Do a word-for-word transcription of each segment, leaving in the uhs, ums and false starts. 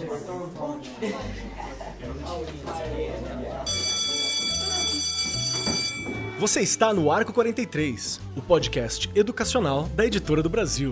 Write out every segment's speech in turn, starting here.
Você está no Arco quarenta e três, o podcast educacional da Editora do Brasil.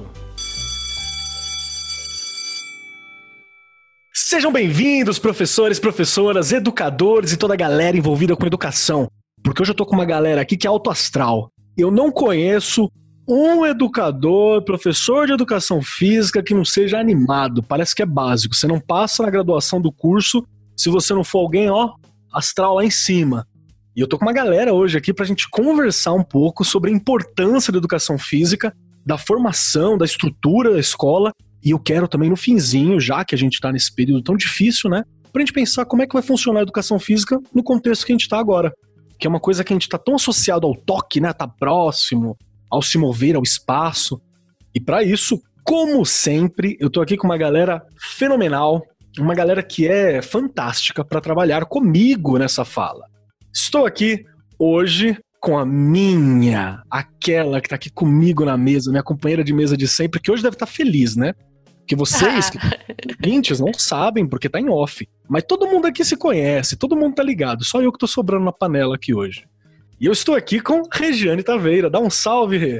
Sejam bem-vindos, professores, professoras, educadores e toda a galera envolvida com educação. Porque hoje eu tô com uma galera aqui que é alto astral. Eu não conheço um educador, professor de educação física que não seja animado. Parece que é básico. Você não passa na graduação do curso se você não for alguém, ó, astral lá em cima. E eu tô com uma galera hoje aqui pra gente conversar um pouco sobre a importância da educação física, da formação, da estrutura da escola. E eu quero também no finzinho, já que a gente tá nesse período tão difícil, né, pra gente pensar como é que vai funcionar a educação física no contexto que a gente tá agora. Que é uma coisa que a gente tá tão associado ao toque, né, tá próximo, ao se mover, ao espaço. E pra isso, como sempre, eu tô aqui com uma galera fenomenal, uma galera que é fantástica pra trabalhar comigo nessa fala. Estou aqui hoje com a minha, aquela que tá aqui comigo na mesa, minha companheira de mesa de sempre, que hoje deve estar feliz, né? Porque vocês, ouvintes, não sabem porque tá em off. Mas todo mundo aqui se conhece, todo mundo tá ligado. Só eu que tô sobrando na panela aqui hoje. E eu estou aqui com Regiane Taveira. Dá um salve, Rê.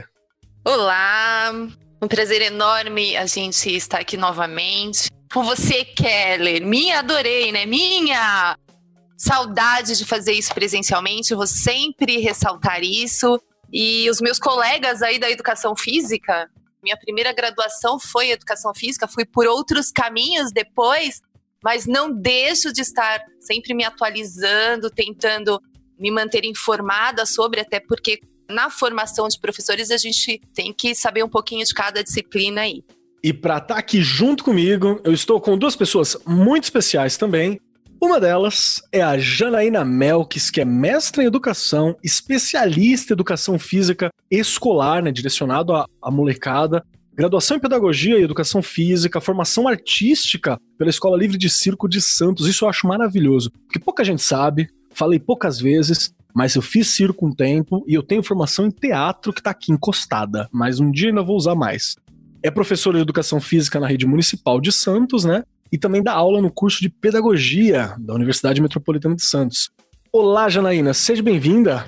Olá, um prazer enorme a gente estar aqui novamente. Com você, Keller. Minha, adorei, né? Minha! Saudade de fazer isso presencialmente, vou sempre ressaltar isso. E os meus colegas aí da educação física, minha primeira graduação foi educação física, fui por outros caminhos depois, mas não deixo de estar sempre me atualizando, tentando me manter informada sobre, até porque na formação de professores a gente tem que saber um pouquinho de cada disciplina aí. E para estar aqui junto comigo, eu estou com duas pessoas muito especiais também. Uma delas é a Janaína Melques, que é mestra em educação, especialista em educação física escolar, né, direcionado à, à molecada, graduação em pedagogia e educação física, formação artística pela Escola Livre de Circo de Santos. Isso eu acho maravilhoso, porque pouca gente sabe, falei poucas vezes, mas eu fiz circo um tempo e eu tenho formação em teatro que tá aqui encostada, mas um dia ainda vou usar mais. É professora de educação física na rede municipal de Santos, né? E também dá aula no curso de pedagogia da Universidade Metropolitana de Santos. Olá, Janaína, seja bem-vinda.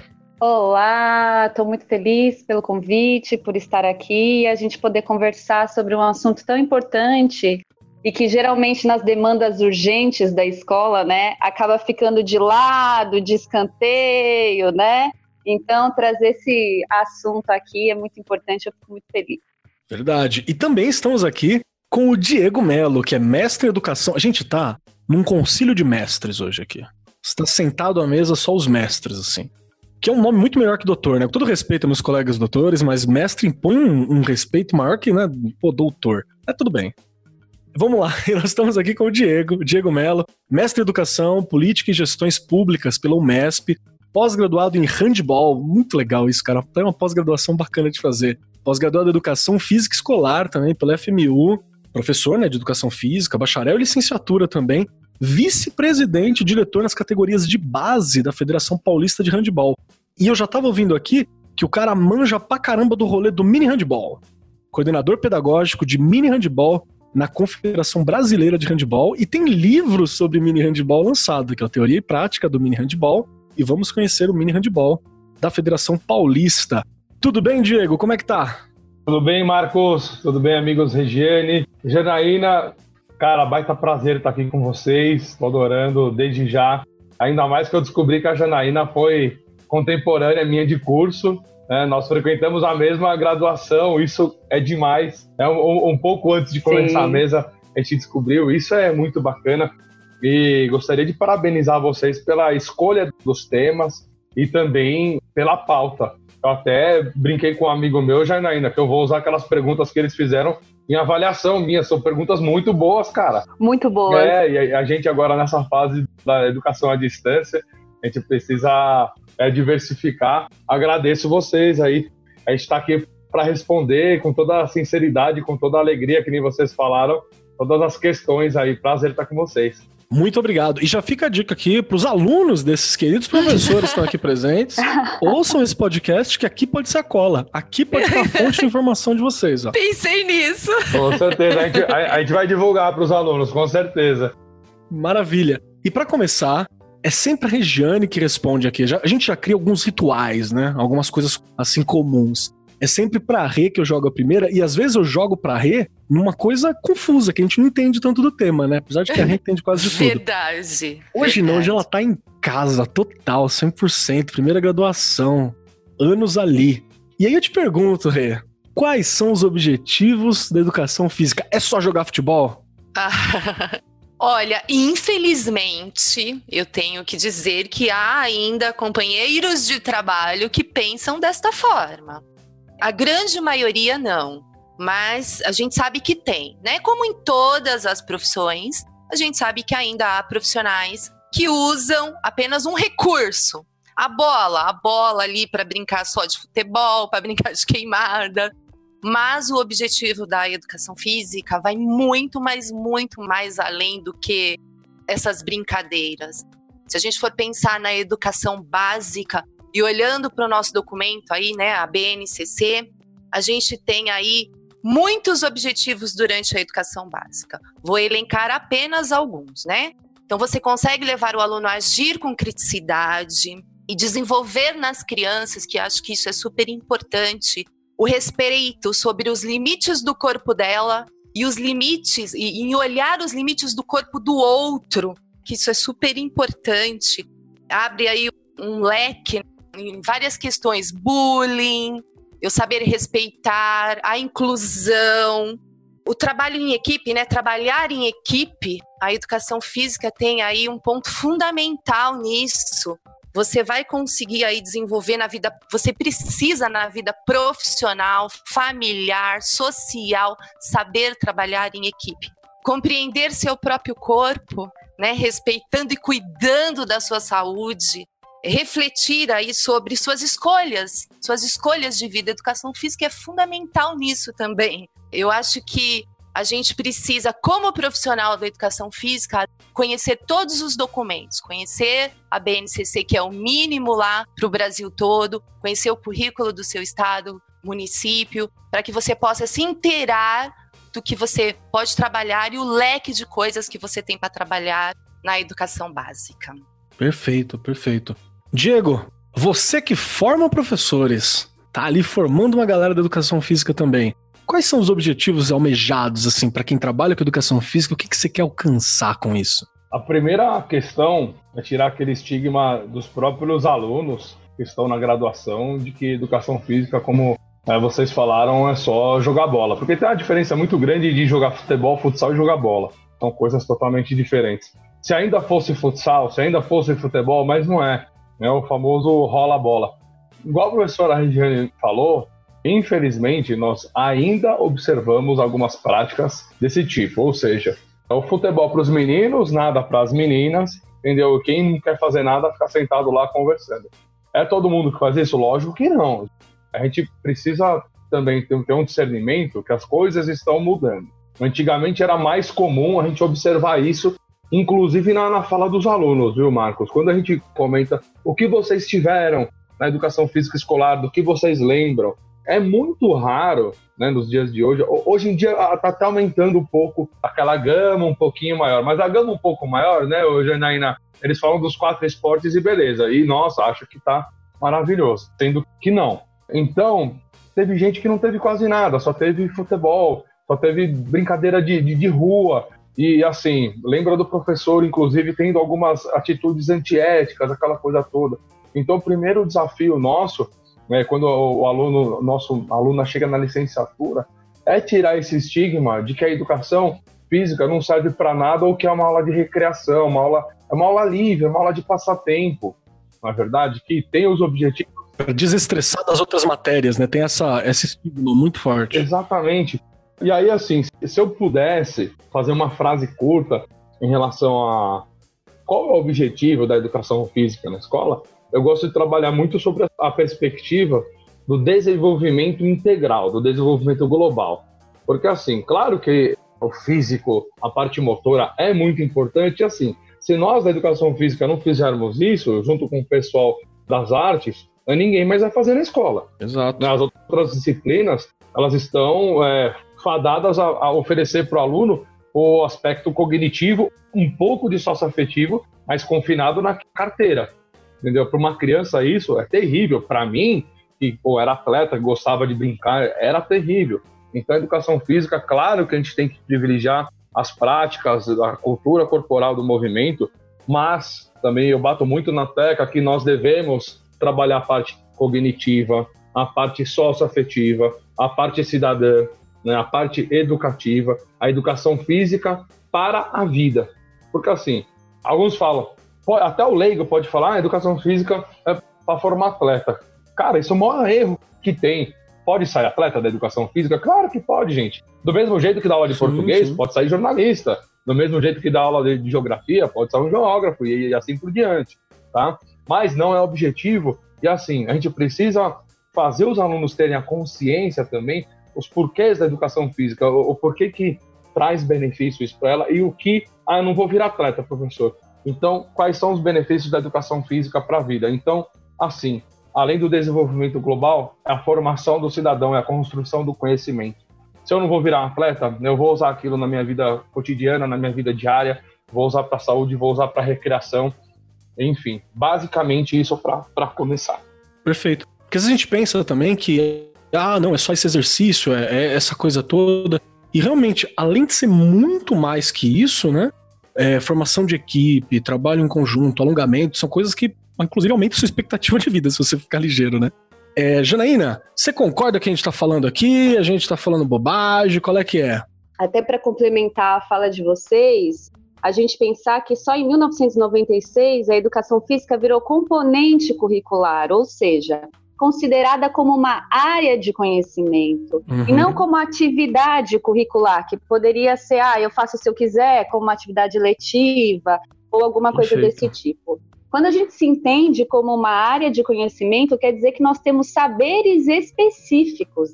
Olá, estou muito feliz pelo convite, por estar aqui e a gente poder conversar sobre um assunto tão importante e que geralmente nas demandas urgentes da escola, né, acaba ficando de lado, de escanteio, né? Então, trazer esse assunto aqui é muito importante, eu fico muito feliz. Verdade. E também estamos aqui com o Diego Melo, que é mestre em educação. A gente tá num concílio de mestres hoje aqui. Você tá sentado à mesa só os mestres, assim. Que é um nome muito melhor que doutor, né? Com todo respeito aos meus colegas doutores, mas mestre impõe um, um respeito maior que, né, pô, doutor. É tudo bem. Vamos lá, nós estamos aqui com o Diego, Diego Melo, mestre em educação, política e gestões públicas pela Umesp, pós-graduado em handball. Muito legal isso, cara. É uma pós-graduação bacana de fazer. Pós-graduado em educação física escolar também pela F M U. Professor, né, de educação física, bacharel e licenciatura também, vice-presidente e diretor nas categorias de base da Federação Paulista de Handball. E eu já tava ouvindo aqui que o cara manja pra caramba do rolê do mini handball. Coordenador pedagógico de mini handball na Confederação Brasileira de Handball e tem livros sobre mini handball lançado, que é a teoria e prática do mini handball, e vamos conhecer o mini handball da Federação Paulista. Tudo bem, Diego? Como é que tá? Tudo bem, Marcos? Tudo bem, amigos Regiane? Janaína, cara, baita prazer estar aqui com vocês, tô adorando desde já. Ainda mais que eu descobri que a Janaína foi contemporânea minha de curso, né? Nós frequentamos a mesma graduação, isso é demais. É um, um pouco antes de começar Sim. a mesa, a gente descobriu, isso é muito bacana. E gostaria de parabenizar vocês pela escolha dos temas e também pela pauta. Eu até brinquei com um amigo meu, Janaína, que eu vou usar aquelas perguntas que eles fizeram em avaliação minha. São perguntas muito boas, cara. Muito boas. É, e a gente agora nessa fase da educação à distância, a gente precisa é, diversificar. Agradeço vocês aí. A gente está aqui para responder com toda a sinceridade, com toda a alegria, que nem vocês falaram, todas as questões aí. Prazer estar com vocês. Muito obrigado. E já fica a dica aqui para os alunos desses queridos professores que estão aqui presentes. Ouçam esse podcast, que aqui pode ser a cola. Aqui pode ser a fonte de informação de vocês. Ó. Pensei nisso. Com certeza. A gente, a, a gente vai divulgar para os alunos, com certeza. Maravilha. E para começar, é sempre a Regiane que responde aqui. Já, a gente já cria alguns rituais, né? Algumas coisas assim comuns. É sempre pra Rê que eu jogo a primeira, e às vezes eu jogo pra Rê numa coisa confusa, que a gente não entende tanto do tema, né? Apesar de que a Rê entende quase de tudo. Verdade. Hoje verdade. não, hoje ela tá em casa, total, cem por cento, primeira graduação, anos ali. E aí eu te pergunto, Rê, quais são os objetivos da educação física? É só jogar futebol? Ah, olha, infelizmente, eu tenho que dizer que há ainda companheiros de trabalho que pensam desta forma. A grande maioria não, mas a gente sabe que tem, né? Como em todas as profissões, a gente sabe que ainda há profissionais que usam apenas um recurso. A bola, a bola ali para brincar só de futebol, para brincar de queimada. Mas o objetivo da educação física vai muito, mas muito mais além do que essas brincadeiras. Se a gente for pensar na educação básica, e olhando para o nosso documento aí, né, a B N C C, a gente tem aí muitos objetivos durante a educação básica. Vou elencar apenas alguns, né? Então, você consegue levar o aluno a agir com criticidade e desenvolver nas crianças, que acho que isso é super importante, o respeito sobre os limites do corpo dela e os limites, e, e olhar os limites do corpo do outro, que isso é super importante. Abre aí um leque em várias questões, bullying, eu saber respeitar, a inclusão, o trabalho em equipe, né? Trabalhar em equipe, a educação física tem aí um ponto fundamental nisso. Você vai conseguir aí desenvolver na vida, você precisa na vida profissional, familiar, social, saber trabalhar em equipe. Compreender seu próprio corpo, né? Respeitando e cuidando da sua saúde. Refletir aí sobre suas escolhas, suas escolhas de vida. A educação física é fundamental nisso também. Eu acho que a gente precisa, como profissional da educação física, conhecer todos os documentos, conhecer a B N C C, que é o mínimo lá para o Brasil todo, conhecer o currículo do seu estado, município, para que você possa se inteirar do que você pode trabalhar e o leque de coisas que você tem para trabalhar na educação básica. Perfeito, perfeito. Diego, você que forma professores, tá ali formando uma galera da educação física também. Quais são os objetivos almejados, assim, para quem trabalha com educação física? O que, que você quer alcançar com isso? A primeira questão é tirar aquele estigma dos próprios alunos que estão na graduação de que educação física, como é, vocês falaram, é só jogar bola. Porque tem uma diferença muito grande de jogar futebol, futsal e jogar bola. São coisas totalmente diferentes. Se ainda fosse futsal, se ainda fosse futebol, mas não é. É o famoso rola-bola. Igual a professora Regiane falou, infelizmente, nós ainda observamos algumas práticas desse tipo. Ou seja, é o futebol para os meninos, nada para as meninas, entendeu? Quem não quer fazer nada, fica sentado lá conversando. É todo mundo que faz isso? Lógico que não. A gente precisa também ter um discernimento que as coisas estão mudando. Antigamente era mais comum a gente observar isso, inclusive na, na fala dos alunos, viu, Marcos? Quando a gente comenta o que vocês tiveram na educação física escolar, do que vocês lembram, é muito raro, né, nos dias de hoje. Hoje em dia está até aumentando um pouco aquela gama um pouquinho maior, mas a gama um pouco maior, né, Janaína, eles falam dos quatro esportes e beleza, e nossa, acho que tá maravilhoso, sendo que não. Então, teve gente que não teve quase nada, só teve futebol, só teve brincadeira de, de, de rua. E assim, lembra do professor, inclusive, tendo algumas atitudes antiéticas, aquela coisa toda. Então, o primeiro desafio nosso, né, quando o aluno, nosso aluna chega na licenciatura, é tirar esse estigma de que a educação física não serve para nada ou que é uma aula de recreação, uma aula, é uma aula livre, é uma aula de passatempo. Na verdade, que tem os objetivos. Desestressar das outras matérias, né? Tem essa, esse estigma muito forte. Exatamente. E aí, assim, se eu pudesse fazer uma frase curta em relação a qual é o objetivo da educação física na escola, eu gosto de trabalhar muito sobre a perspectiva do desenvolvimento integral, do desenvolvimento global. Porque, assim, claro que o físico, a parte motora é muito importante. Assim, se nós da educação física não fizermos isso, junto com o pessoal das artes, ninguém mais vai fazer na escola. Exato. As outras disciplinas, elas estão é, fadadas a, a oferecer para o aluno o aspecto cognitivo, um pouco de socioafetivo, mas confinado na carteira. Entendeu? Para uma criança isso é terrível. Para mim, que pô, era atleta, gostava de brincar, era terrível. Então a educação física, claro que a gente tem que privilegiar as práticas, a cultura corporal do movimento, mas também eu bato muito na tecla que nós devemos trabalhar a parte cognitiva, a parte socioafetiva, a parte cidadã, né, a parte educativa, a educação física para a vida. Porque assim, alguns falam, até o leigo pode falar, ah, a educação física é para formar atleta. Cara, isso é o maior erro que tem. Pode sair atleta da educação física? Claro que pode, gente. Do mesmo jeito que dá aula de sim, português, sim. Pode sair jornalista. Do mesmo jeito que dá aula de, de geografia, pode sair um geógrafo e, e assim por diante, tá? Mas não é objetivo. E assim, a gente precisa fazer os alunos terem a consciência também, os porquês da educação física, o, o porquê que traz benefícios para ela e o que, ah, eu não vou virar atleta, professor. Então, quais são os benefícios da educação física para a vida? Então, assim, além do desenvolvimento global, é a formação do cidadão, é a construção do conhecimento. Se eu não vou virar um atleta, eu vou usar aquilo na minha vida cotidiana, na minha vida diária, vou usar para a saúde, vou usar para recreação, enfim, basicamente isso para começar. Perfeito. Porque a gente pensa também que, ah, não, é só esse exercício, é, é essa coisa toda, e realmente, além de ser muito mais que isso, né, é, formação de equipe, trabalho em conjunto, alongamento, são coisas que inclusive aumenta a sua expectativa de vida, se você ficar ligeiro, né? É, Janaína, você concorda que a gente tá falando aqui? A gente tá falando bobagem? Qual é que é? Até para complementar a fala de vocês, a gente pensar que só em mil novecentos e noventa e seis a educação física virou componente curricular, ou seja, considerada como uma área de conhecimento, uhum. E não como atividade curricular, que poderia ser, ah, eu faço se eu quiser, como uma atividade letiva, ou alguma coisa Perfeito. Desse tipo. Quando a gente se entende como uma área de conhecimento, quer dizer que nós temos saberes específicos.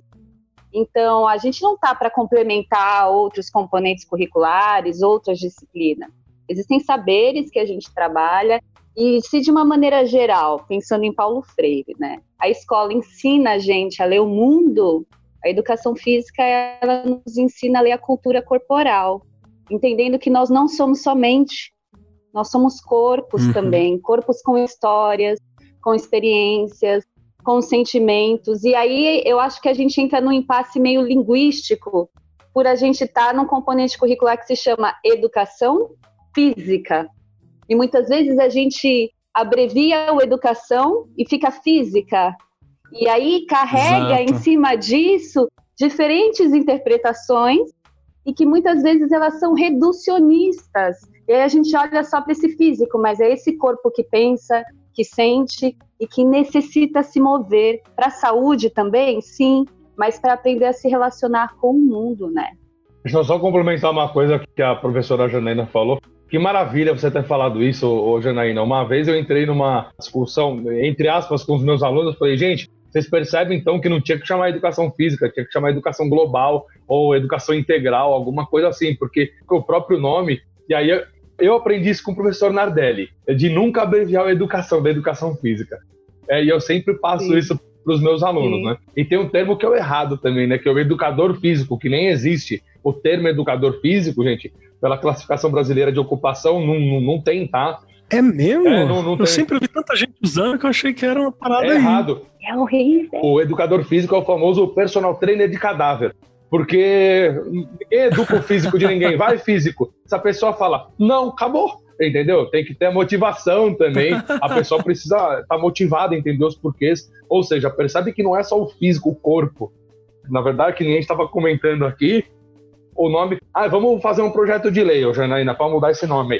Então, a gente não está para complementar outros componentes curriculares, outras disciplinas. Existem saberes que a gente trabalha e, se de uma maneira geral, pensando em Paulo Freire, né, a escola ensina a gente a ler o mundo, a educação física ela nos ensina a ler a cultura corporal, entendendo que nós não somos somente nós somos corpos uhum. também, corpos com histórias, com experiências, com sentimentos. E aí eu acho que a gente entra num impasse meio linguístico por a gente estar num componente curricular que se chama educação física. E muitas vezes a gente abrevia o educação e fica física. E aí carrega Exato. Em cima disso diferentes interpretações e que muitas vezes elas são reducionistas. E aí a gente olha só para esse físico, mas é esse corpo que pensa, que sente e que necessita se mover. Para a saúde também, sim, mas para aprender a se relacionar com o mundo, né? Deixa eu só complementar uma coisa que a professora Janaína falou. Que maravilha você ter falado isso, ô Janaína. Uma vez eu entrei numa discussão, entre aspas, com os meus alunos, falei, gente, vocês percebem então que não tinha que chamar educação física, tinha que chamar educação global ou educação integral, alguma coisa assim, porque o próprio nome... E aí eu aprendi isso com o professor Nardelli, de nunca abreviar a educação, da educação física. É, e eu sempre passo Sim. isso para os meus alunos, Sim. né? E tem um termo que é o errado também, né? Que é o educador físico, que nem existe. O termo educador físico, gente, pela classificação brasileira de ocupação, não, não, não tem, tá? É mesmo? É, não, não eu tem. sempre vi tanta gente usando que eu achei que era uma parada É aí. errado. É horrível. O educador físico é o famoso personal trainer de cadáver. Porque ninguém educa o físico de ninguém. Vai, físico. Se a pessoa fala, não, acabou. Entendeu? Tem que ter motivação também. A pessoa precisa estar motivada a entender os porquês. Ou seja, percebe que não é só o físico, o corpo. Na verdade, que ninguém estava comentando aqui, o nome... Ah, vamos fazer um projeto de lei, Janaína, para mudar esse nome aí.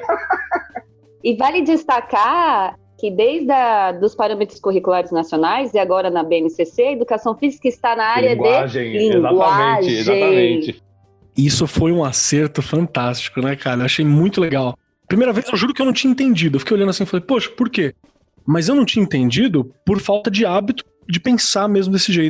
E vale destacar que desde a, dos parâmetros curriculares nacionais e agora na B N C C, a educação física está na área linguagem, de linguagem. Exatamente, exatamente. Isso foi um acerto fantástico, né, cara? Eu achei muito legal. Primeira vez, eu juro que eu não tinha entendido. Eu fiquei olhando assim e falei, poxa, por quê? Mas eu não tinha entendido por falta de hábito de pensar mesmo desse jeito.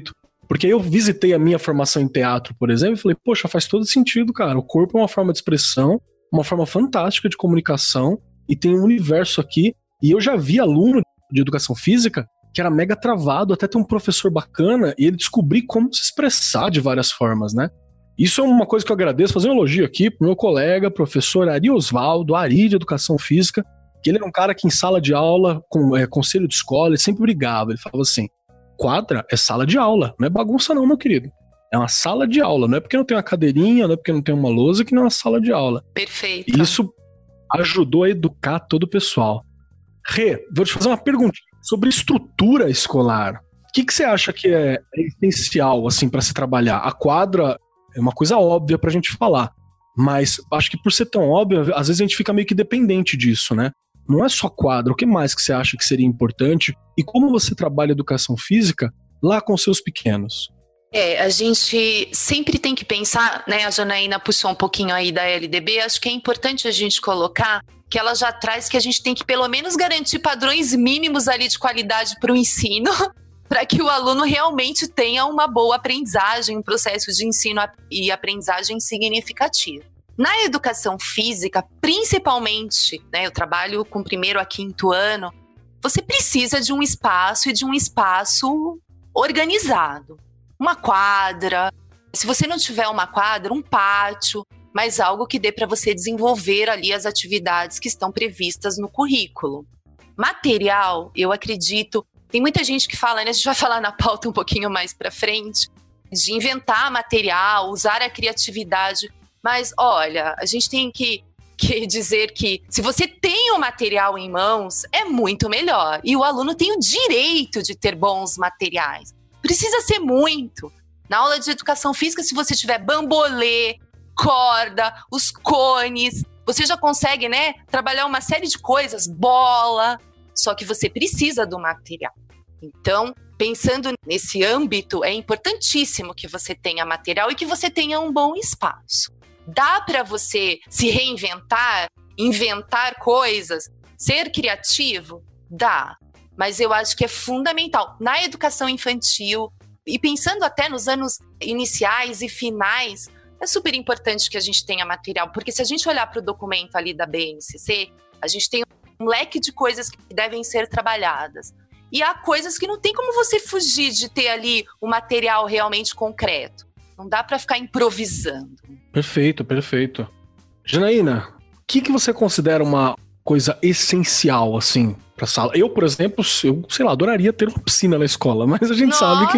Porque eu visitei a minha formação em teatro, por exemplo, e falei, poxa, faz todo sentido, cara. O corpo é uma forma de expressão, uma forma fantástica de comunicação, e tem um universo aqui. E eu já vi aluno de educação física que era mega travado, até ter um professor bacana, e ele descobrir como se expressar de várias formas, né? Isso é uma coisa que eu agradeço, fazer um elogio aqui pro meu colega, professor Ari Osvaldo, Ari de Educação Física, que ele era um cara que em sala de aula, com é, conselho de escola, ele sempre brigava, ele falava assim, quadra é sala de aula, não é bagunça não, meu querido. É uma sala de aula, não é porque não tem uma cadeirinha, não é porque não tem uma lousa que não é uma sala de aula. Perfeito. E isso ajudou a educar todo o pessoal. Rê, vou te fazer uma pergunta sobre estrutura escolar. O que, que você acha que é, é essencial assim, para se trabalhar? A quadra é uma coisa óbvia pra gente falar, mas acho que por ser tão óbvio, às vezes a gente fica meio que dependente disso, né? Não é só quadra, o que mais que você acha que seria importante? E como você trabalha educação física lá com seus pequenos? É, a gente sempre tem que pensar, né, a Janaína puxou um pouquinho aí da L D B, acho que é importante a gente colocar que ela já traz que a gente tem que pelo menos garantir padrões mínimos ali de qualidade para o ensino, para que o aluno realmente tenha uma boa aprendizagem, um processo de ensino e aprendizagem significativo. Na educação física, principalmente, né, eu trabalho com primeiro a quinto ano, você precisa de um espaço e de um espaço organizado. Uma quadra, se você não tiver uma quadra, um pátio, mas algo que dê para você desenvolver ali as atividades que estão previstas no currículo. Material, eu acredito, tem muita gente que fala, né, a gente vai falar na pauta um pouquinho mais para frente, de inventar material, usar a criatividade, mas olha, a gente tem que, que dizer que se você tem o material em mãos, é muito melhor, e o aluno tem o direito de ter bons materiais. Precisa ser muito. Na aula de educação física, se você tiver bambolê, corda, os cones, você já consegue, né, trabalhar uma série de coisas, bola, só que você precisa do material. Então, pensando nesse âmbito, é importantíssimo que você tenha material e que você tenha um bom espaço. Dá para você se reinventar, inventar coisas, ser criativo? Dá. Mas eu acho que é fundamental na educação infantil e pensando até nos anos iniciais e finais, é super importante que a gente tenha material, porque se a gente olhar para o documento ali da B N C C, a gente tem um leque de coisas que devem ser trabalhadas. E há coisas que não tem como você fugir de ter ali o material realmente concreto. Não dá para ficar improvisando. Perfeito, perfeito. Janaína, o que, que você considera uma coisa essencial, assim, pra sala? Eu, por exemplo, eu, sei lá, adoraria ter uma piscina na escola, mas a gente Nossa! sabe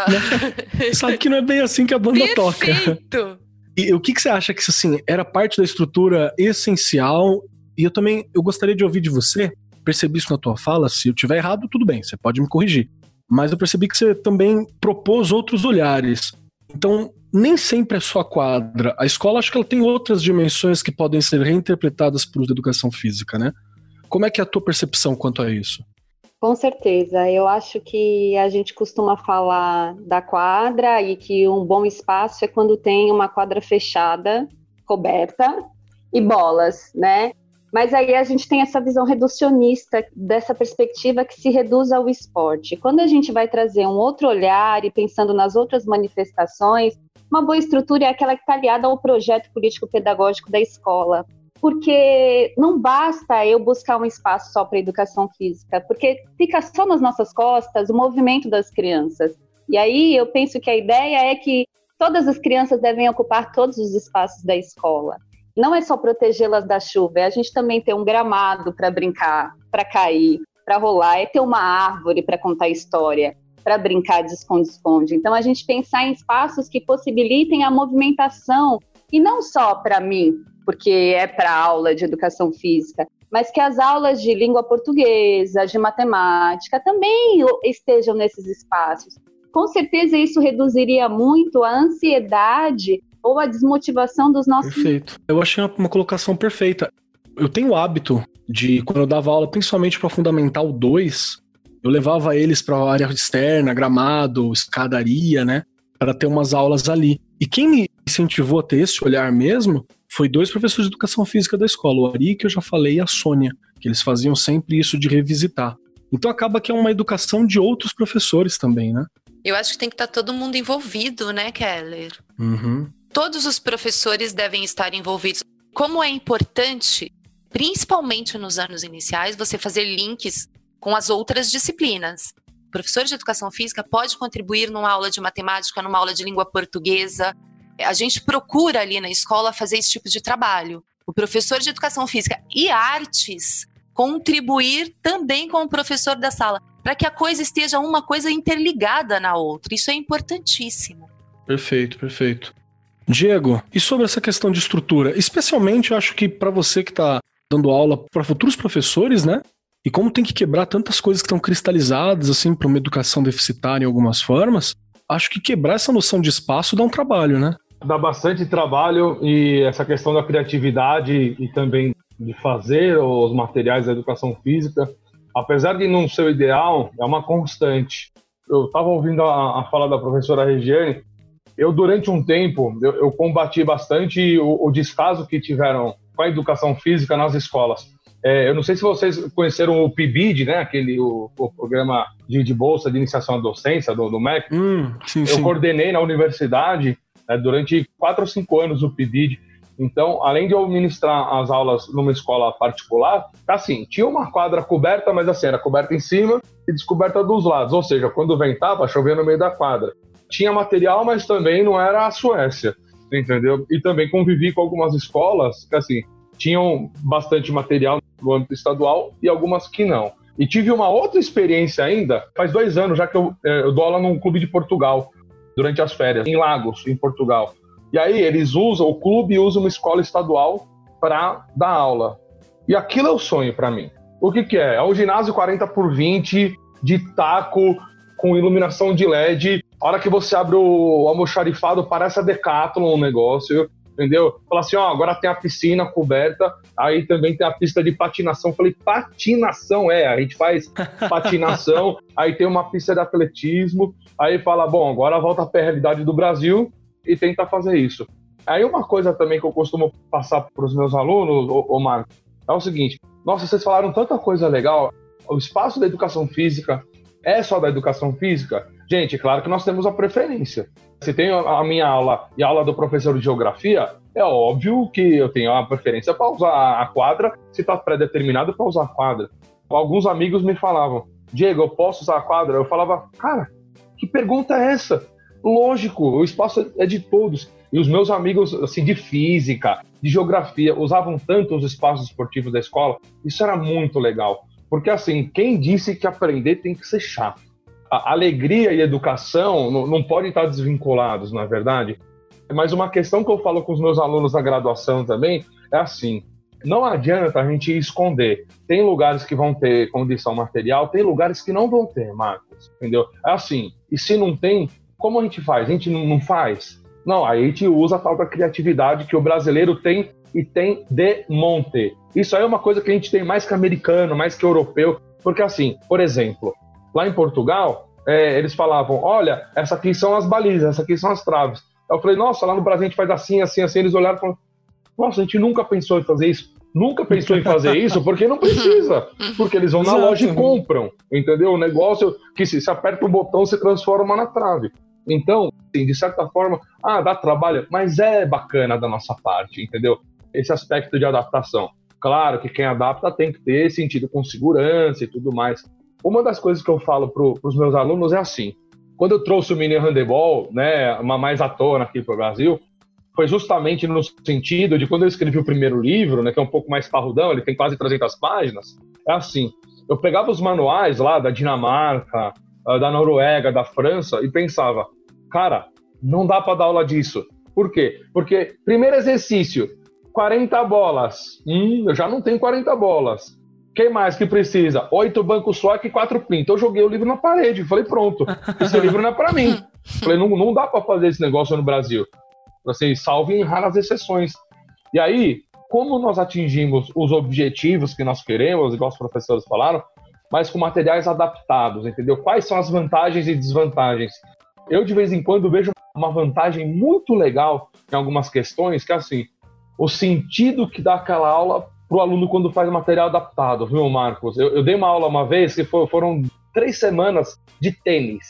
que... Né, sabe que não é bem assim que a banda Perfeito. toca. Perfeito! E o que, que você acha que, assim, era parte da estrutura essencial? E eu também, eu gostaria de ouvir de você, percebi isso na tua fala, se eu tiver errado, tudo bem, você pode me corrigir. Mas eu percebi que você também propôs outros olhares. Então, nem sempre é só a quadra. A escola, acho que ela tem outras dimensões que podem ser reinterpretadas por uso da educação física, né? Como é que é a tua percepção quanto a isso? Com certeza. Eu acho que a gente costuma falar da quadra e que um bom espaço é quando tem uma quadra fechada, coberta, e bolas, né? Mas aí a gente tem essa visão reducionista dessa perspectiva que se reduz ao esporte. Quando a gente vai trazer um outro olhar e pensando nas outras manifestações, uma boa estrutura é aquela que está aliada ao projeto político-pedagógico da escola. Porque não basta eu buscar um espaço só para educação física, porque fica só nas nossas costas o movimento das crianças. E aí eu penso que a ideia é que todas as crianças devem ocupar todos os espaços da escola. Não é só protegê-las da chuva, é a gente também ter um gramado para brincar, para cair, para rolar, é ter uma árvore para contar história, para brincar de esconde-esconde. Então, a gente pensar em espaços que possibilitem a movimentação, e não só para mim, porque é para aula de educação física, mas que as aulas de língua portuguesa, de matemática, também estejam nesses espaços. Com certeza, isso reduziria muito a ansiedade ou a desmotivação dos nossos... Perfeito. Eu achei uma, uma colocação perfeita. Eu tenho o hábito de, quando eu dava aula, principalmente para Fundamental dois, eu levava eles para a área externa, gramado, escadaria, né? Para ter umas aulas ali. E quem me incentivou a ter esse olhar mesmo foi dois professores de educação física da escola, o Ari, que eu já falei, e a Sônia, que eles faziam sempre isso de revisitar. Então acaba que é uma educação de outros professores também, né? Eu acho que tem que estar todo mundo envolvido, né, Keller? Uhum. Todos os professores devem estar envolvidos. Como é importante, principalmente nos anos iniciais, você fazer links com as outras disciplinas. O professor de educação física pode contribuir numa aula de matemática, numa aula de língua portuguesa. A gente procura ali na escola fazer esse tipo de trabalho. O professor de educação física e artes contribuir também com o professor da sala, para que a coisa esteja uma coisa interligada na outra. Isso é importantíssimo. Perfeito, perfeito. Diego, e sobre essa questão de estrutura? Especialmente, eu acho que para você que está dando aula para futuros professores, né? E como tem que quebrar tantas coisas que estão cristalizadas, assim, para uma educação deficitária em algumas formas, acho que quebrar essa noção de espaço dá um trabalho, né? Dá bastante trabalho, e essa questão da criatividade e também de fazer os materiais da educação física, apesar de não ser o ideal, é uma constante. Eu estava ouvindo a, a fala da professora Regiane. Eu, durante um tempo, eu, eu combati bastante o, o descaso que tiveram com a educação física nas escolas. É, eu não sei se vocês conheceram o P I B I D, né? Aquele, o, o programa de, de bolsa de iniciação à docência do, do M E C. Hum, sim, eu sim. coordenei na universidade, né, durante quatro ou cinco anos o P I B I D. Então, além de eu ministrar as aulas numa escola particular, assim, tinha uma quadra coberta, mas assim, era coberta em cima e descoberta dos lados. Ou seja, quando ventava, chovia no meio da quadra. Tinha material, mas também não era a Suécia, entendeu? E também convivi com algumas escolas que, assim, tinham bastante material no âmbito estadual e algumas que não. E tive uma outra experiência ainda, faz dois anos já que eu, eu dou aula num clube de Portugal, durante as férias, em Lagos, em Portugal. E aí eles usam, o clube usa uma escola estadual para dar aula. E aquilo é o sonho para mim. O que que é? É um ginásio quarenta por vinte, de taco, com iluminação de L E D. A hora que você abre o almoxarifado, parece a Decathlon o negócio, entendeu? Fala assim, ó, agora tem a piscina coberta, aí também tem a pista de patinação. Falei, patinação? É, a gente faz patinação, aí tem uma pista de atletismo, aí fala, bom, agora volta para a realidade do Brasil e tenta fazer isso. Aí uma coisa também que eu costumo passar para os meus alunos, ô, ô Marcos, é o seguinte, nossa, vocês falaram tanta coisa legal, o espaço da educação física é só da educação física? Gente, claro que nós temos a preferência. Se tem a minha aula e a aula do professor de geografia, é óbvio que eu tenho a preferência para usar a quadra, se está pré-determinado para usar a quadra. Alguns amigos me falavam, Diego, eu posso usar a quadra? Eu falava, cara, que pergunta é essa? Lógico, o espaço é de todos. E os meus amigos assim, de física, de geografia, usavam tanto os espaços esportivos da escola, isso era muito legal. Porque assim, quem disse que aprender tem que ser chato? A alegria e a educação não, não podem estar desvinculados, não é verdade? Mas uma questão que eu falo com os meus alunos na graduação também é assim, não adianta a gente esconder. Tem lugares que vão ter condição material, tem lugares que não vão ter, Marcos, entendeu? É assim, e se não tem, como a gente faz? A gente não, não faz? Não, aí a gente usa a tal da criatividade que o brasileiro tem e tem de monte. Isso aí é uma coisa que a gente tem mais que americano, mais que europeu, porque assim, por exemplo, lá em Portugal, é, eles falavam, olha, essa aqui são as balizas, essa aqui são as traves. Eu falei, nossa, lá no Brasil a gente faz assim, assim, assim. Eles olharam e falaram, nossa, a gente nunca pensou em fazer isso. Nunca pensou em fazer isso porque não precisa. Porque eles vão na Exato. loja e compram, entendeu? O negócio que se, se aperta um botão se transforma na trave. Então, assim, de certa forma, ah, dá trabalho, mas é bacana da nossa parte, entendeu? Esse aspecto de adaptação. Claro que quem adapta tem que ter sentido com segurança e tudo mais. Uma das coisas que eu falo para os meus alunos é assim, quando eu trouxe o mini handebol, né, uma mais à tona aqui para o Brasil, foi justamente no sentido de quando eu escrevi o primeiro livro, né, que é um pouco mais parrudão, ele tem quase trezentas páginas, é assim, eu pegava os manuais lá da Dinamarca, da Noruega, da França e pensava, cara, não dá para dar aula disso. Por quê? Porque, primeiro exercício, quarenta bolas. Hum, eu já não tenho quarenta bolas. Quem mais que precisa? Oito bancos só e quatro pintos. Eu joguei o livro na parede. Falei, pronto, esse livro não é para mim. Falei, não, não dá para fazer esse negócio no Brasil. Assim, salve em raras exceções. E aí, como nós atingimos os objetivos que nós queremos, igual os professores falaram, mas com materiais adaptados, entendeu? Quais são as vantagens e desvantagens? Eu, de vez em quando, vejo uma vantagem muito legal em algumas questões, que é assim, o sentido que dá aquela aula para o aluno quando faz material adaptado, viu, Marcos? Eu, eu dei uma aula uma vez que for, foram três semanas de tênis.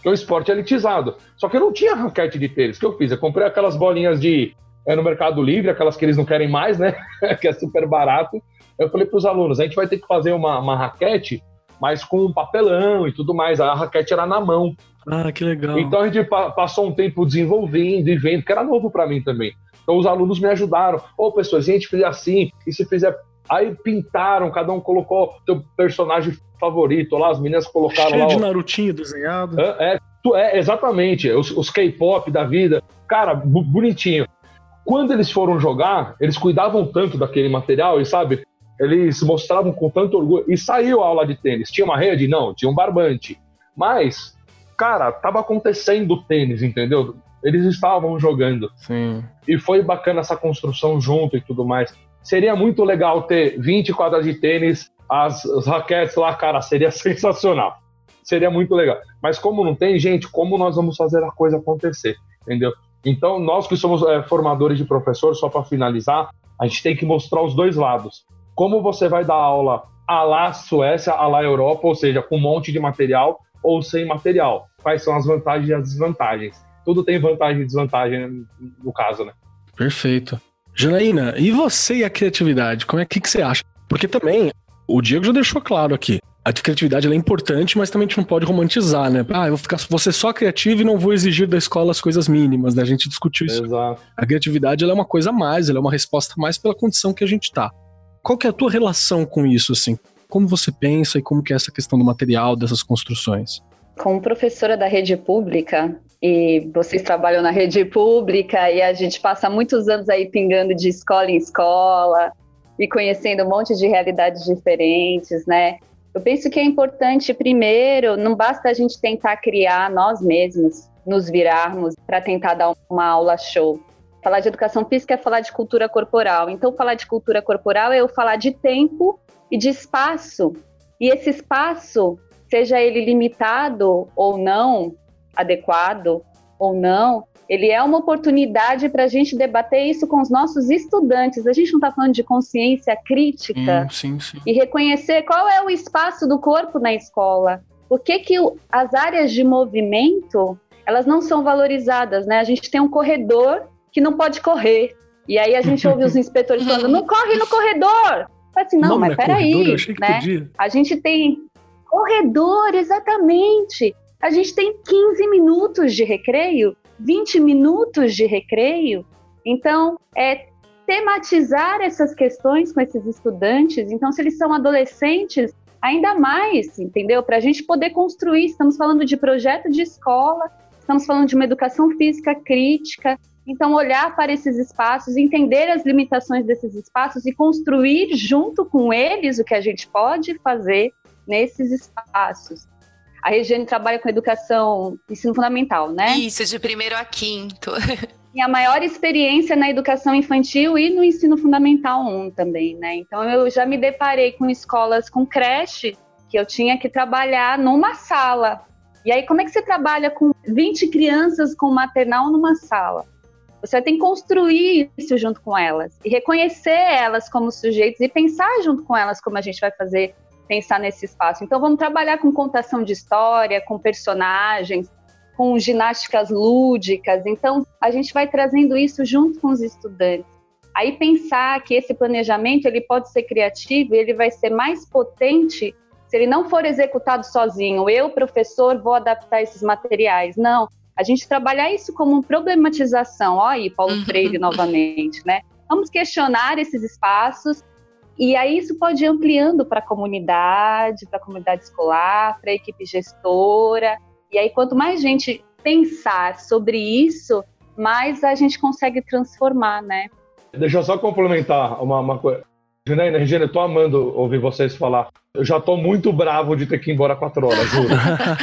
que é um esporte elitizado. Só que eu não tinha raquete de tênis. O que eu fiz? Eu comprei aquelas bolinhas de é, no Mercado Livre, aquelas que eles não querem mais, né? Que é super barato. Eu falei para os alunos, a gente vai ter que fazer uma, uma raquete, mas com um papelão e tudo mais. A raquete era na mão. Ah, que legal. Então a gente pa- passou um tempo desenvolvendo e vendo, que era novo para mim também. Então os alunos me ajudaram. Ô, oh, pessoas, a gente fizer assim, e se fizer... Aí pintaram, cada um colocou seu personagem favorito lá, as meninas colocaram cheio lá... de ó, Narutinho desenhado. É, é, é exatamente, os, os K-pop da vida. Cara, bu- bonitinho. Quando eles foram jogar, eles cuidavam tanto daquele material e, sabe, eles mostravam com tanto orgulho. E saiu a aula de tênis. Tinha uma rede? Não, tinha um barbante. Mas, cara, tava acontecendo o tênis, entendeu? Eles estavam jogando. Sim. E foi bacana essa construção junto e tudo mais. Seria muito legal ter vinte quadras de tênis, as, as raquetes lá, cara, seria sensacional. Seria muito legal. Mas como não tem, gente, como nós vamos fazer a coisa acontecer, entendeu? Então, nós que somos é, formadores de professores, só para finalizar, a gente tem que mostrar os dois lados. Como você vai dar aula à la Suécia, à la Europa, ou seja, com um monte de material ou sem material. Quais são as vantagens e as desvantagens? Tudo tem vantagem e desvantagem no caso, né? Perfeito. Janaína, e você e a criatividade? Como é que, que você acha? Porque também, o Diego já deixou claro aqui, a criatividade ela é importante, mas também a gente não pode romantizar, né? Ah, eu vou ficar, vou ser só criativo e não vou exigir da escola as coisas mínimas, né? A gente discutiu isso. Exato. A criatividade ela é uma coisa a mais, ela é uma resposta a mais pela condição que a gente tá. Qual que é a tua relação com isso, assim? Como você pensa e como que é essa questão do material, dessas construções? Como professora da rede pública, e vocês trabalham na rede pública, e a gente passa muitos anos aí pingando de escola em escola, e conhecendo um monte de realidades diferentes, né? Eu penso que é importante, primeiro, não basta a gente tentar criar nós mesmos, nos virarmos para tentar dar uma aula show. Falar de educação física é falar de cultura corporal. Então, falar de cultura corporal é eu falar de tempo e de espaço. E esse espaço, seja ele limitado ou não, adequado ou não, ele é uma oportunidade para a gente debater isso com os nossos estudantes. A gente não está falando de consciência crítica sim, sim, sim. E reconhecer qual é o espaço do corpo na escola. Por que que o, as áreas de movimento, elas não são valorizadas, né? A gente tem um corredor que não pode correr. E aí a gente ouve os inspetores falando, não corre no corredor! Fala assim, não, não mas peraí, né? A gente tem corredor, exatamente. A gente tem quinze minutos de recreio, vinte minutos de recreio. Então, é tematizar essas questões com esses estudantes. Então, se eles são adolescentes, ainda mais, entendeu? Para a gente poder construir, estamos falando de projeto de escola, estamos falando de uma educação física crítica. Então, olhar para esses espaços, entender as limitações desses espaços e construir junto com eles o que a gente pode fazer nesses espaços. A Regiane trabalha com educação, ensino fundamental, né? Isso, de primeiro a quinto. E a maior experiência na educação infantil e no ensino fundamental um também, né? Então, eu já me deparei com escolas com creche que eu tinha que trabalhar numa sala. E aí, como é que você trabalha com vinte crianças com maternal numa sala? Você tem que construir isso junto com elas e reconhecer elas como sujeitos e pensar junto com elas como a gente vai fazer, pensar nesse espaço. Então, vamos trabalhar com contação de história, com personagens, com ginásticas lúdicas. Então, a gente vai trazendo isso junto com os estudantes. Aí, pensar que esse planejamento ele pode ser criativo e ele vai ser mais potente se ele não for executado sozinho. Eu, professor, vou adaptar esses materiais. Não. A gente trabalhar isso como uma problematização. Olha aí, Paulo Freire novamente, né? Vamos questionar esses espaços e aí isso pode ir ampliando para a comunidade, para a comunidade escolar, para a equipe gestora. E aí, quanto mais gente pensar sobre isso, mais a gente consegue transformar, né? Deixa eu só complementar uma, uma coisa. Janaína, Regina, eu tô amando ouvir vocês falar. Eu já tô muito bravo de ter que ir embora quatro horas, juro.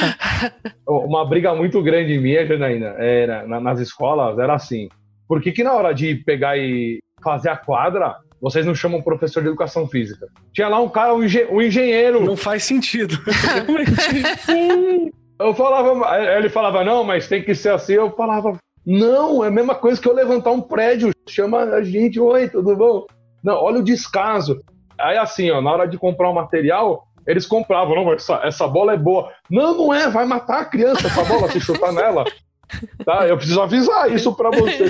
Uma briga muito grande minha, Janaína, era, nas escolas, era assim. Por que que na hora de pegar e fazer a quadra, vocês não chamam professor de educação física? Tinha lá um cara, um, engen- um engenheiro. Não faz sentido. Sim. Eu falava, ele falava, não, mas tem que ser assim. Eu falava, não, é a mesma coisa que eu levantar um prédio. Chama a gente, oi, tudo bom? Não, olha o descaso. Aí assim, ó, na hora de comprar o material, eles compravam, não, essa, essa bola é boa. Não, não é, vai matar a criança essa bola se chutar nela. Tá, eu preciso avisar isso pra você.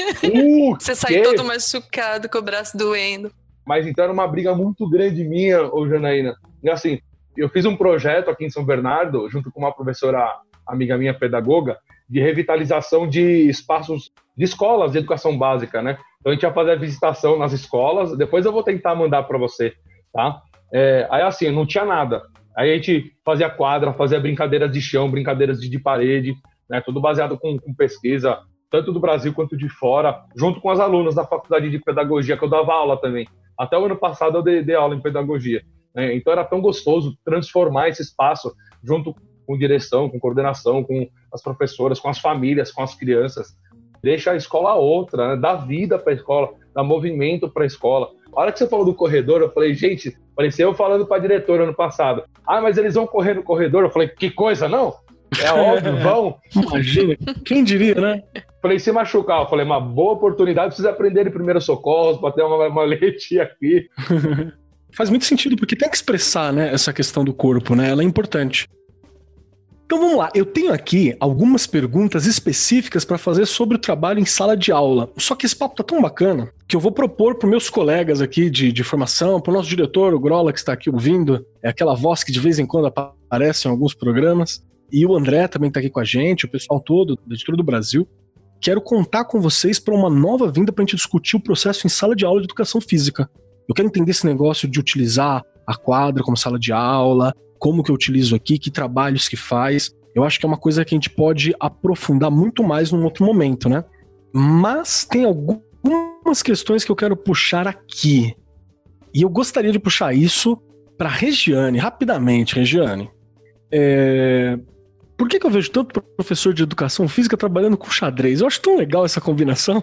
Uh, você sai que? todo machucado, com o braço doendo. Mas então era uma briga muito grande minha, ô Janaína. E assim, eu fiz um projeto aqui em São Bernardo, junto com uma professora amiga minha, pedagoga, de revitalização de espaços de escolas de educação básica, né? Então a gente ia fazer a visitação nas escolas, depois eu vou tentar mandar para você, tá? É, aí assim, não tinha nada. Aí a gente fazia quadra, fazia brincadeiras de chão, brincadeiras de, de parede, né? Tudo baseado com, com pesquisa, tanto do Brasil quanto de fora, junto com as alunas da faculdade de pedagogia, que eu dava aula também. Até o ano passado eu dei, dei aula em pedagogia. Né? Então era tão gostoso transformar esse espaço junto com direção, com coordenação, com as professoras, com as famílias, com as crianças. Deixa a escola outra, né? Dá vida para a escola, dá movimento para a escola. A hora que você falou do corredor, eu falei, gente, parecia eu falando para a diretora ano passado. Ah, mas eles vão correr no corredor? Eu falei, que coisa, não? É óbvio, vão. Imagina, quem diria, né? Falei, se machucar, eu falei, uma boa oportunidade pra vocês aprenderem primeiro socorros, bater uma malete aqui. Faz muito sentido, porque tem que expressar, né, essa questão do corpo, né? Ela é importante. Então vamos lá, eu tenho aqui algumas perguntas específicas para fazer sobre o trabalho em sala de aula. Só que esse papo tá tão bacana que eu vou propor para meus colegas aqui de, de formação, para o nosso diretor, o Grola, que está aqui ouvindo, é aquela voz que de vez em quando aparece em alguns programas, e o André também está aqui com a gente, o pessoal todo, de todo o Brasil. Quero contar com vocês para uma nova vinda para a gente discutir o processo em sala de aula de educação física. Eu quero entender esse negócio de utilizar a quadra como sala de aula, como que eu utilizo aqui, que trabalhos que faz. Eu acho que é uma coisa que a gente pode aprofundar muito mais num outro momento, né? Mas tem algumas questões que eu quero puxar aqui. E eu gostaria de puxar isso para Regiane, rapidamente, Regiane. É... Por que que eu vejo tanto professor de educação física trabalhando com xadrez? Eu acho tão legal essa combinação.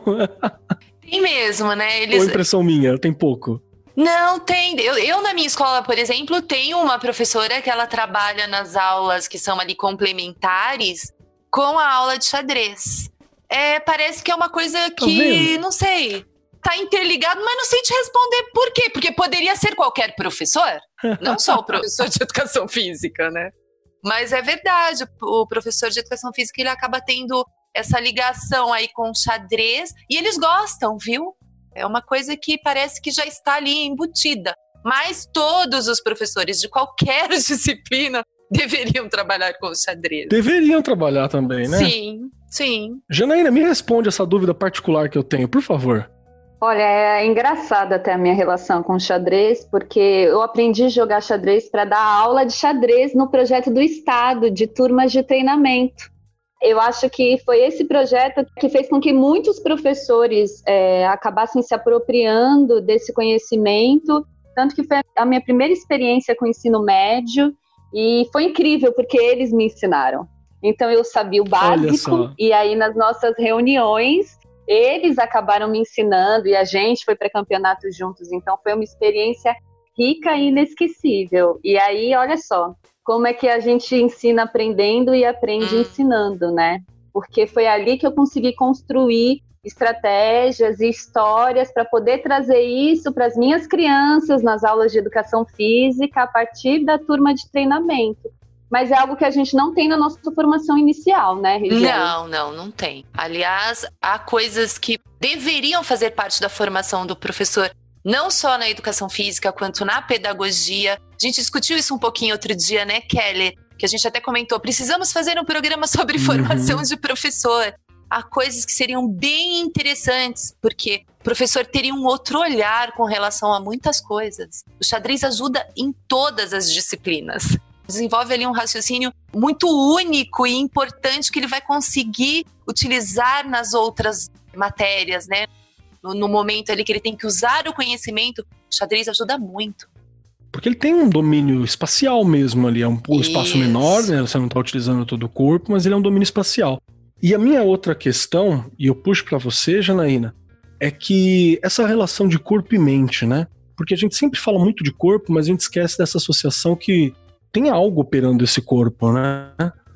Tem mesmo, né? Eles... Ou impressão minha, tem pouco. Não, tem. Eu, eu, na minha escola, por exemplo, tenho uma professora que ela trabalha nas aulas que são ali complementares com a aula de xadrez. É, parece que é uma coisa que, tá não sei, tá interligado, mas não sei te responder por quê. Porque poderia ser qualquer professor, não só o professor de educação física, né? Mas é verdade, o professor de educação física, ele acaba tendo essa ligação aí com o xadrez e eles gostam, viu? É uma coisa que parece que já está ali embutida. Mas todos os professores de qualquer disciplina deveriam trabalhar com o xadrez. Deveriam trabalhar também, né? Sim, sim. Janaína, me responde essa dúvida particular que eu tenho, por favor. Olha, é engraçada até a minha relação com xadrez, porque eu aprendi a jogar xadrez para dar aula de xadrez no projeto do Estado, de turmas de treinamento. Eu acho que foi esse projeto que fez com que muitos professores é, acabassem se apropriando desse conhecimento, tanto que foi a minha primeira experiência com o ensino médio, e foi incrível, porque eles me ensinaram. Então eu sabia o básico, e aí nas nossas reuniões, eles acabaram me ensinando, e a gente foi para campeonatos juntos, então foi uma experiência rica e inesquecível. E aí, olha só, como é que a gente ensina aprendendo e aprende hum. ensinando, né? Porque foi ali que eu consegui construir estratégias e histórias para poder trazer isso para as minhas crianças nas aulas de educação física a partir da turma de treinamento. Mas é algo que a gente não tem na nossa formação inicial, né, Regiane? Não, não, não tem. Aliás, há coisas que deveriam fazer parte da formação do professor, não só na educação física, quanto na pedagogia. A gente discutiu isso um pouquinho outro dia, né, Kelly? Que a gente até comentou, precisamos fazer um programa sobre formação uhum. de professor. Há coisas que seriam bem interessantes, porque o professor teria um outro olhar com relação a muitas coisas. O xadrez ajuda em todas as disciplinas. Desenvolve ali um raciocínio muito único e importante que ele vai conseguir utilizar nas outras matérias, né? No, no momento ali que ele tem que usar o conhecimento, o xadrez ajuda muito. Porque ele tem um domínio espacial mesmo ali, é um Isso. espaço menor, né? Você não está utilizando todo o corpo, mas ele é um domínio espacial. E a minha outra questão, e eu puxo para você, Janaína, é que essa relação de corpo e mente, né? Porque a gente sempre fala muito de corpo, mas a gente esquece dessa associação que tem algo operando esse corpo, né?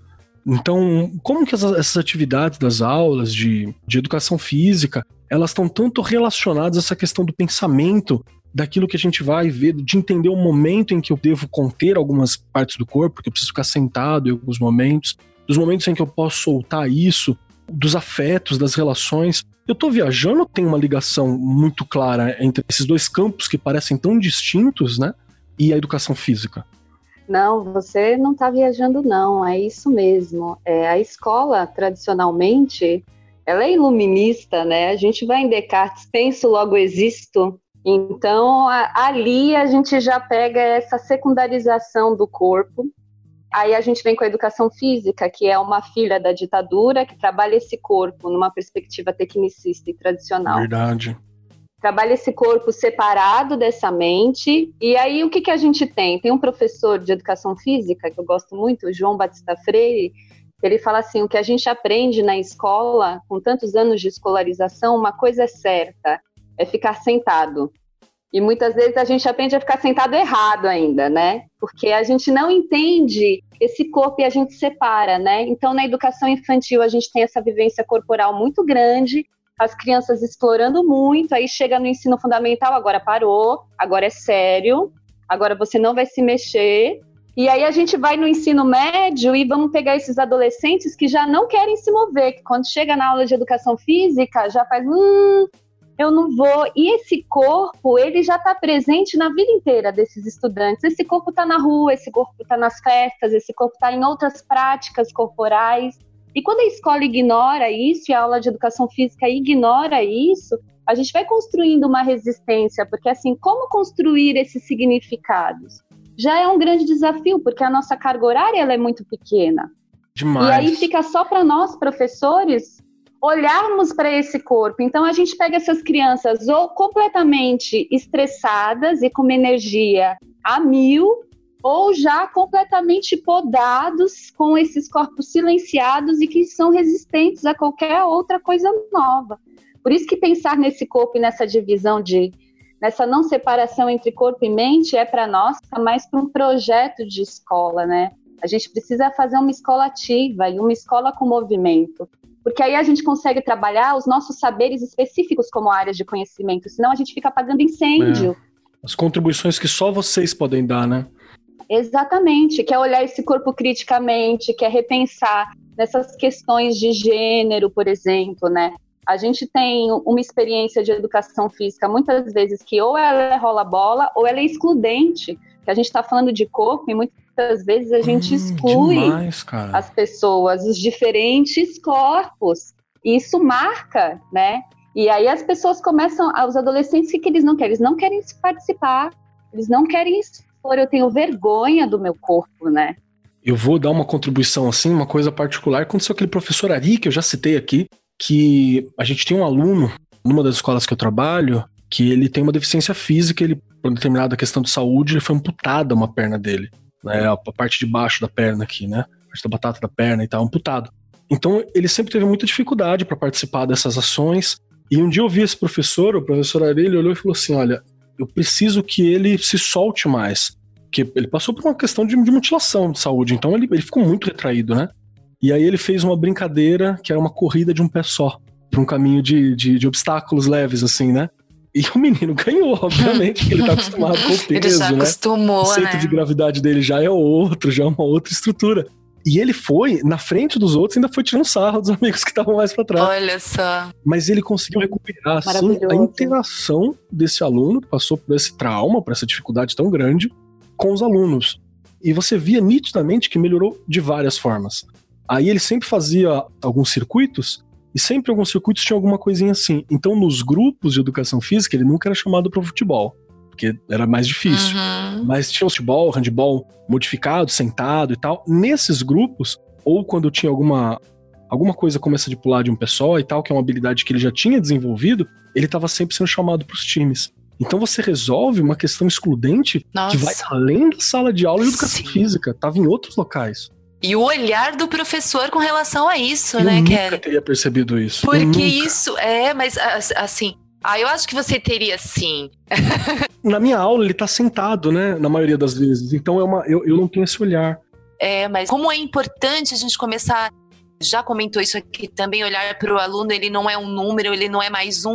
Então, como que essas, essas atividades das aulas de, de educação física, elas estão tanto relacionadas a essa questão do pensamento daquilo que a gente vai ver, de entender o momento em que eu devo conter algumas partes do corpo, porque eu preciso ficar sentado em alguns momentos, dos momentos em que eu posso soltar isso, dos afetos, das relações. Eu tô viajando ou tem uma ligação muito clara entre esses dois campos que parecem tão distintos, né? E a educação física? Não, você não está viajando não, é isso mesmo. É, a escola, tradicionalmente, ela é iluminista, né? A gente vai em Descartes, penso, logo existo. Então, a, ali a gente já pega essa secundarização do corpo. Aí a gente vem com a educação física, que é uma filha da ditadura, que trabalha esse corpo numa perspectiva tecnicista e tradicional. Verdade. Trabalha esse corpo separado dessa mente. E aí, o que, que a gente tem? Tem um professor de educação física, que eu gosto muito, o João Batista Freire, ele fala assim, o que a gente aprende na escola, com tantos anos de escolarização, uma coisa é certa, é ficar sentado. E muitas vezes a gente aprende a ficar sentado errado ainda, né? Porque a gente não entende esse corpo e a gente separa, né? Então, na educação infantil, a gente tem essa vivência corporal muito grande, as crianças explorando muito, aí chega no ensino fundamental, agora parou, agora é sério, agora você não vai se mexer. E aí a gente vai no ensino médio e vamos pegar esses adolescentes que já não querem se mover, que quando chega na aula de educação física, já faz... Hum, eu não vou. E esse corpo, ele já está presente na vida inteira desses estudantes. Esse corpo está na rua, esse corpo está nas festas, esse corpo está em outras práticas corporais. E quando a escola ignora isso, e a aula de educação física ignora isso, a gente vai construindo uma resistência, porque assim, como construir esses significados? Já é um grande desafio, porque a nossa carga horária ela é muito pequena. Demais. E aí fica só para nós, professores, olharmos para esse corpo. Então a gente pega essas crianças ou completamente estressadas e com uma energia a mil, ou já completamente podados com esses corpos silenciados e que são resistentes a qualquer outra coisa nova. Por isso que pensar nesse corpo e nessa divisão, de, nessa não separação entre corpo e mente é para nós, é mais para um projeto de escola, né? A gente precisa fazer uma escola ativa e uma escola com movimento. Porque aí a gente consegue trabalhar os nossos saberes específicos como áreas de conhecimento, senão a gente fica apagando incêndio. É. As contribuições que só vocês podem dar, né? Exatamente, quer olhar esse corpo criticamente, quer repensar nessas questões de gênero, por exemplo, né? A gente tem uma experiência de educação física, muitas vezes, que ou ela rola bola ou ela é excludente, que a gente está falando de corpo e muitas vezes a gente hum, exclui demais, as pessoas, os diferentes corpos. E isso marca, né? E aí as pessoas começam, os adolescentes, o que eles não querem? Eles não querem participar, eles não querem expor, eu tenho vergonha do meu corpo, né? Eu vou dar uma contribuição assim, uma coisa particular. Aconteceu aquele professor Ari, que eu já citei aqui, que a gente tem um aluno, numa das escolas que eu trabalho, que ele tem uma deficiência física, ele, por determinada questão de saúde, ele foi amputada uma perna dele, né, a parte de baixo da perna aqui, né, a parte da batata da perna e tal, amputado. Então, ele sempre teve muita dificuldade para participar dessas ações, e um dia eu vi esse professor, o professor Ari, ele olhou e falou assim, olha, eu preciso que ele se solte mais, porque ele passou por uma questão de, de mutilação de saúde, então ele, ele ficou muito retraído, né, e aí ele fez uma brincadeira que era uma corrida de um pé só, por um caminho de, de, de obstáculos leves, assim, né? E o menino ganhou, obviamente, porque ele tá acostumado com o peso, ele já acostumou, né? O conceito né? de gravidade dele já é outro, já é uma outra estrutura. E ele foi, na frente dos outros, ainda foi tirando sarro dos amigos que estavam mais pra trás. Olha só. Mas ele conseguiu recuperar, assim, a interação desse aluno que passou por esse trauma, por essa dificuldade tão grande, com os alunos. E você via nitidamente que melhorou de várias formas. Aí ele sempre fazia alguns circuitos, e sempre alguns circuitos tinham alguma coisinha assim. Então, nos grupos de educação física, ele nunca era chamado para futebol, porque era mais difícil. Uhum. Mas tinha o futebol, handball modificado, sentado e tal. Nesses grupos, ou quando tinha alguma, alguma coisa como essa de pular de um pé só e tal, que é uma habilidade que ele já tinha desenvolvido, ele estava sempre sendo chamado para os times. Então você resolve uma questão excludente Nossa. que vai além da sala de aula de educação Sim. física, estava em outros locais. E o olhar do professor com relação a isso, eu né, Kelly? Eu nunca teria percebido isso. Porque isso, é, mas assim, ah, eu acho que você teria sim. Na minha aula ele tá sentado, né, na maioria das vezes, então é uma, eu, eu não tenho esse olhar. É, mas como é importante a gente começar, já comentou isso aqui também, olhar para o aluno, ele não é um número, ele não é mais um,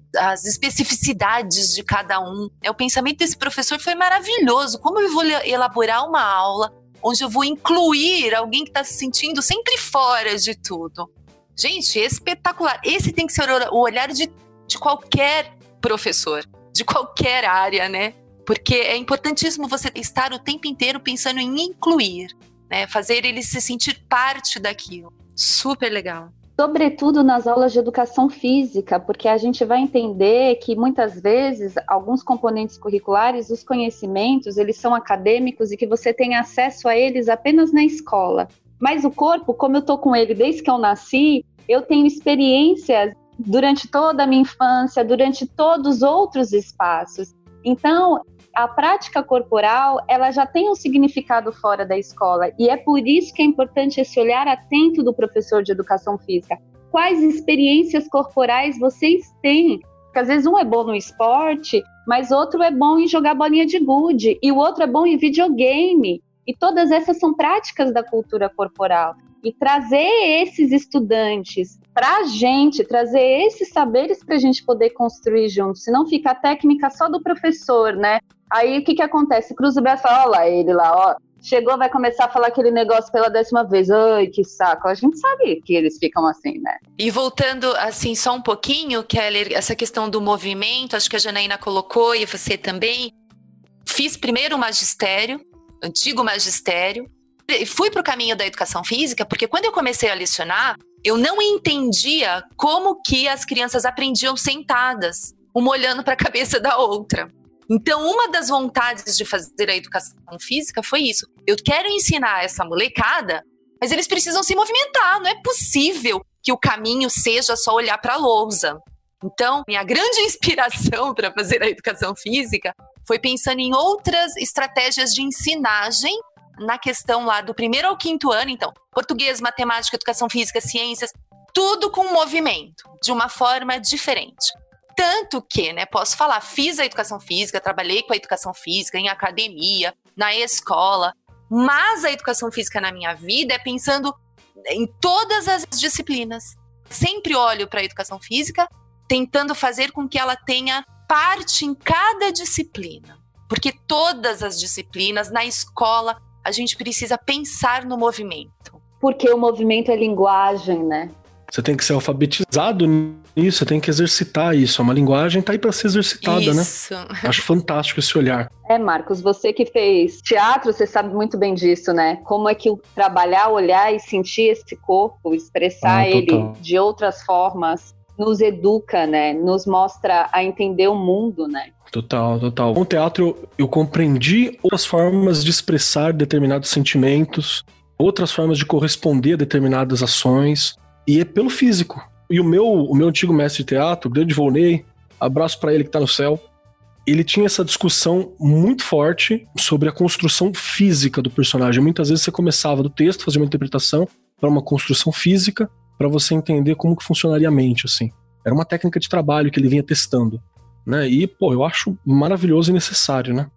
as especificidades de cada um. O pensamento desse professor foi maravilhoso. Como eu vou elaborar uma aula onde eu vou incluir alguém que está se sentindo sempre fora de tudo? Gente, espetacular. Esse tem que ser o olhar de, de qualquer professor, de qualquer área, né? Porque é importantíssimo você estar o tempo inteiro pensando em incluir, né? Fazer ele se sentir parte daquilo. Super legal. Sobretudo nas aulas de educação física, porque a gente vai entender que muitas vezes alguns componentes curriculares, os conhecimentos, eles são acadêmicos e que você tem acesso a eles apenas na escola. Mas o corpo, como eu tô com ele desde que eu nasci, eu tenho experiências durante toda a minha infância, durante todos os outros espaços. Então, a prática corporal, ela já tem um significado fora da escola, e é por isso que é importante esse olhar atento do professor de educação física. Quais experiências corporais vocês têm? Porque às vezes um é bom no esporte, mas outro é bom em jogar bolinha de gude, e o outro é bom em videogame. E todas essas são práticas da cultura corporal. E trazer esses estudantes para a gente, trazer esses saberes para a gente poder construir juntos, senão fica a técnica só do professor, né? Aí o que que acontece? Cruza o braço e fala, olha lá ele lá, ó, chegou, vai começar a falar aquele negócio pela décima vez, ai, que saco. A gente sabe que eles ficam assim, né? E voltando assim só um pouquinho, Keller, essa questão do movimento, acho que a Janaína colocou e você também. Fiz primeiro o magistério, antigo magistério, fui para o caminho da educação física, porque quando eu comecei a lecionar, eu não entendia como que as crianças aprendiam sentadas, uma olhando para a cabeça da outra. Então, uma das vontades de fazer a educação física foi isso. Eu quero ensinar essa molecada, mas eles precisam se movimentar. Não é possível que o caminho seja só olhar para a lousa. Então, minha grande inspiração para fazer a educação física foi pensando em outras estratégias de ensinagem na questão lá do primeiro ao quinto ano. Então, português, matemática, educação física, ciências, tudo com movimento, de uma forma diferente. Tanto que, né, posso falar, fiz a educação física, trabalhei com a educação física em academia, na escola, mas a educação física na minha vida é pensando em todas as disciplinas. Sempre olho para a educação física, tentando fazer com que ela tenha parte em cada disciplina. Porque todas as disciplinas, na escola, a gente precisa pensar no movimento. Porque o movimento é linguagem, né? Você tem que ser alfabetizado nisso, você tem que exercitar isso. É uma linguagem, tá aí para ser exercitada, isso, né? Acho fantástico esse olhar. É, Marcos, você que fez teatro, você sabe muito bem disso, né? Como é que o trabalhar, olhar e sentir esse corpo, expressar ah, ele de outras formas, nos educa, né? Nos mostra a entender o mundo, né? Total, total. Com o teatro, eu, eu compreendi outras formas de expressar determinados sentimentos, outras formas de corresponder a determinadas ações, e é pelo físico. E o meu, o meu antigo mestre de teatro, o grande Volney, abraço pra ele que tá no céu, ele tinha essa discussão muito forte sobre a construção física do personagem. Muitas vezes você começava do texto, fazia uma interpretação para uma construção física, para você entender como que funcionaria a mente, assim. Era uma técnica de trabalho que ele vinha testando, né? E, pô, eu acho maravilhoso e necessário, né?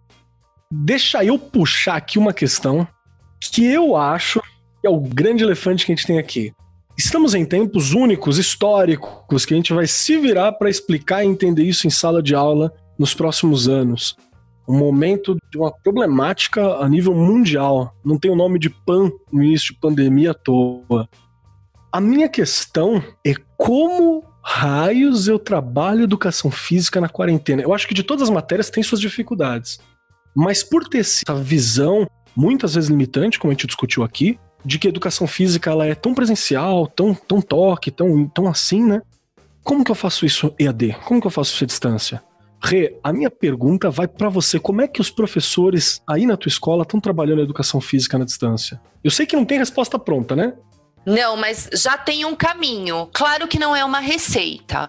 Deixa eu puxar aqui uma questão que eu acho que é o grande elefante que a gente tem aqui. Estamos em tempos únicos, históricos, que a gente vai se virar para explicar e entender isso em sala de aula nos próximos anos. Um momento de uma problemática a nível mundial. Não tem o nome de pan no início de pandemia à toa. A minha questão é como raios eu trabalho educação física na quarentena. Eu acho que de todas as matérias tem suas dificuldades. Mas por ter essa visão, muitas vezes limitante, como a gente discutiu aqui, de que a educação física ela é tão presencial, tão, tão toque, tão, tão assim, né? Como que eu faço isso E A D? Como que eu faço isso à distância? Rê, a minha pergunta vai pra você. Como é que os professores aí na tua escola estão trabalhando a educação física na distância? Eu sei que não tem resposta pronta, né? Não, mas já tem um caminho. Claro que não é uma receita,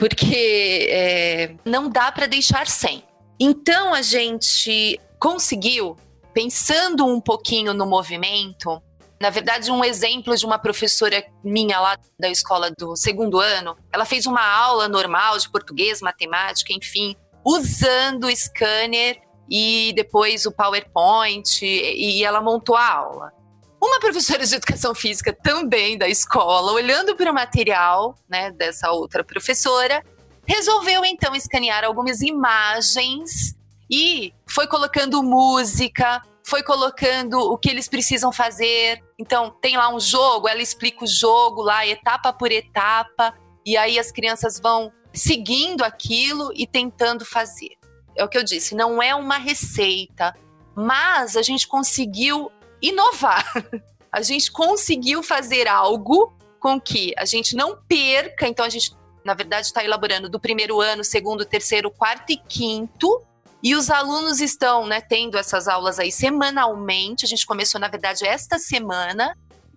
porque é, não dá para deixar sem. Então a gente conseguiu, pensando um pouquinho no movimento, na verdade um exemplo de uma professora minha lá da escola do segundo ano, ela fez uma aula normal de português, matemática, enfim, usando o scanner e depois o PowerPoint, e ela montou a aula. Uma professora de educação física também da escola, olhando para o material, né, dessa outra professora, resolveu então escanear algumas imagens e foi colocando música, foi colocando o que eles precisam fazer. Então, tem lá um jogo, ela explica o jogo lá, etapa por etapa, e aí as crianças vão seguindo aquilo e tentando fazer. É o que eu disse, não é uma receita, mas a gente conseguiu inovar. A gente conseguiu fazer algo com que a gente não perca. Então, a gente, na verdade, está elaborando do primeiro ano, segundo, terceiro, quarto e quinto. E os alunos estão, né, tendo essas aulas aí semanalmente. A gente começou, na verdade, esta semana.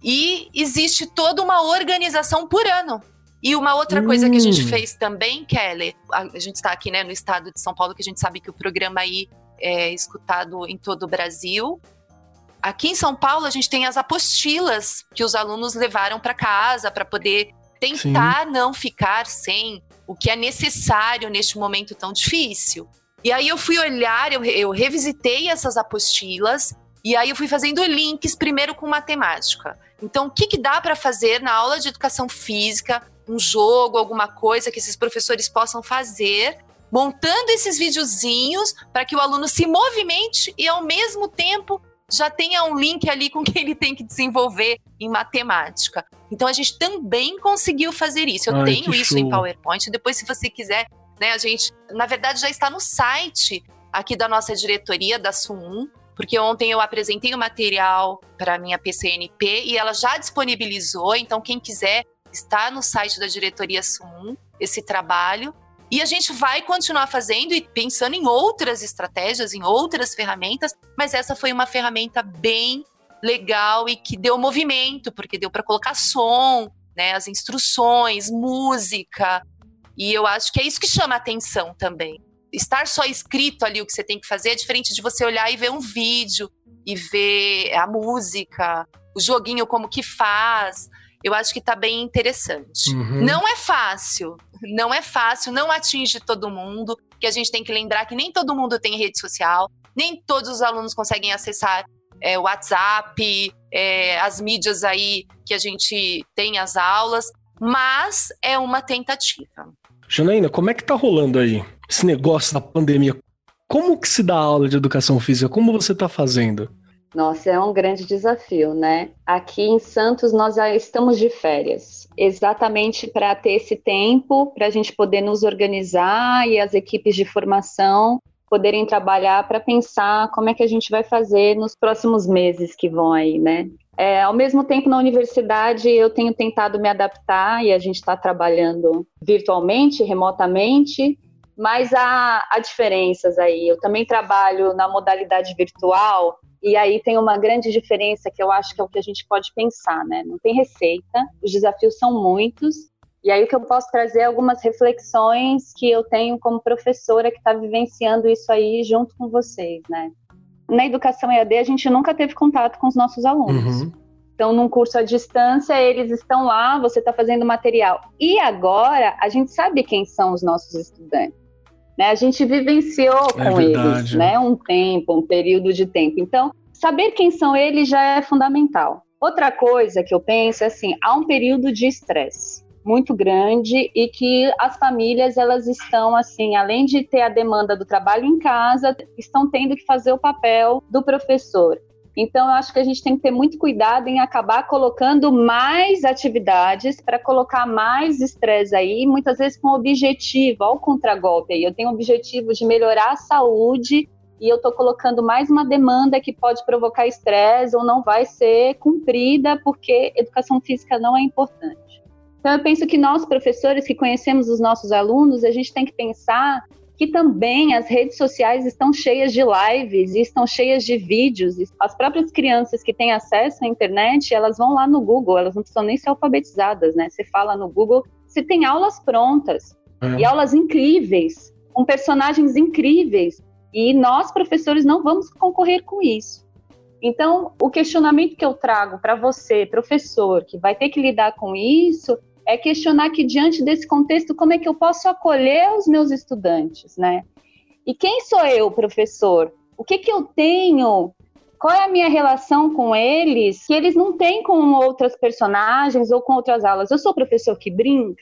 E existe toda uma organização por ano. E uma outra hum. coisa que a gente fez também, Kelly, a gente está aqui, né, no estado de São Paulo, que a gente sabe que o programa aí é escutado em todo o Brasil. Aqui em São Paulo, a gente tem as apostilas que os alunos levaram para casa para poder tentar Sim. não ficar sem o que é necessário neste momento tão difícil. E aí eu fui olhar, eu, eu revisitei essas apostilas e aí eu fui fazendo links primeiro com matemática. Então, o que, que dá para fazer na aula de educação física, um jogo, alguma coisa que esses professores possam fazer, montando esses videozinhos para que o aluno se movimente e, ao mesmo tempo, já tenha um link ali com o que ele tem que desenvolver em matemática. Então, a gente também conseguiu fazer isso. Eu Ai, tenho isso show. Em PowerPoint. Depois, se você quiser, né, a gente, na verdade, já está no site aqui da nossa diretoria, da S U um, porque ontem eu apresentei o material para a minha P C N P e ela já disponibilizou. Então, quem quiser, está no site da diretoria S U um, esse trabalho. E a gente vai continuar fazendo e pensando em outras estratégias, em outras ferramentas, mas essa foi uma ferramenta bem legal e que deu movimento, porque deu para colocar som, né, as instruções, música, e eu acho que é isso que chama a atenção também. Estar só escrito ali o que você tem que fazer é diferente de você olhar e ver um vídeo, e ver a música, o joguinho como que faz. Eu acho que está bem interessante. Uhum. Não é fácil, não é fácil, não atinge todo mundo, que a gente tem que lembrar que nem todo mundo tem rede social, nem todos os alunos conseguem acessar é, o WhatsApp, é, as mídias aí que a gente tem as aulas, mas é uma tentativa. Janaína, como é que tá rolando aí esse negócio da pandemia? Como que se dá aula de educação física? Como você tá fazendo? Nossa, é um grande desafio, né? Aqui em Santos nós já estamos de férias, exatamente para ter esse tempo, para a gente poder nos organizar e as equipes de formação poderem trabalhar para pensar como é que a gente vai fazer nos próximos meses que vão aí, né? É, ao mesmo tempo, na universidade, eu tenho tentado me adaptar e a gente está trabalhando virtualmente, remotamente, mas há, há diferenças aí. Eu também trabalho na modalidade virtual. E aí tem uma grande diferença que eu acho que é o que a gente pode pensar, né? Não tem receita, os desafios são muitos, e aí o que eu posso trazer é algumas reflexões que eu tenho como professora que está vivenciando isso aí junto com vocês, né? Na educação E A D, a gente nunca teve contato com os nossos alunos. Uhum. Então, num curso à distância, eles estão lá, você está fazendo material. E agora, a gente sabe quem são os nossos estudantes. Né, a gente vivenciou é com verdade. Eles, né, um tempo, um período de tempo. Então, saber quem são eles já é fundamental. Outra coisa que eu penso é assim, há um período de estresse muito grande e que as famílias, elas estão assim, além de ter a demanda do trabalho em casa, estão tendo que fazer o papel do professor. Então, eu acho que a gente tem que ter muito cuidado em acabar colocando mais atividades para colocar mais estresse aí, muitas vezes com objetivo, ao contragolpe aí. Eu tenho o objetivo de melhorar a saúde e eu estou colocando mais uma demanda que pode provocar estresse ou não vai ser cumprida porque educação física não é importante. Então, eu penso que nós, professores que conhecemos os nossos alunos, a gente tem que pensar que também as redes sociais estão cheias de lives e estão cheias de vídeos. As próprias crianças que têm acesso à internet, elas vão lá no Google, elas não precisam nem ser alfabetizadas, né? Você fala no Google, você tem aulas prontas, é. E aulas incríveis, com personagens incríveis, e nós, professores, não vamos concorrer com isso. Então, o questionamento que eu trago para você, professor, que vai ter que lidar com isso, é questionar que, diante desse contexto, como é que eu posso acolher os meus estudantes, né? E quem sou eu, professor? O que que eu tenho? Qual é a minha relação com eles que eles não têm com outras personagens ou com outras aulas? Eu sou professor que brinca?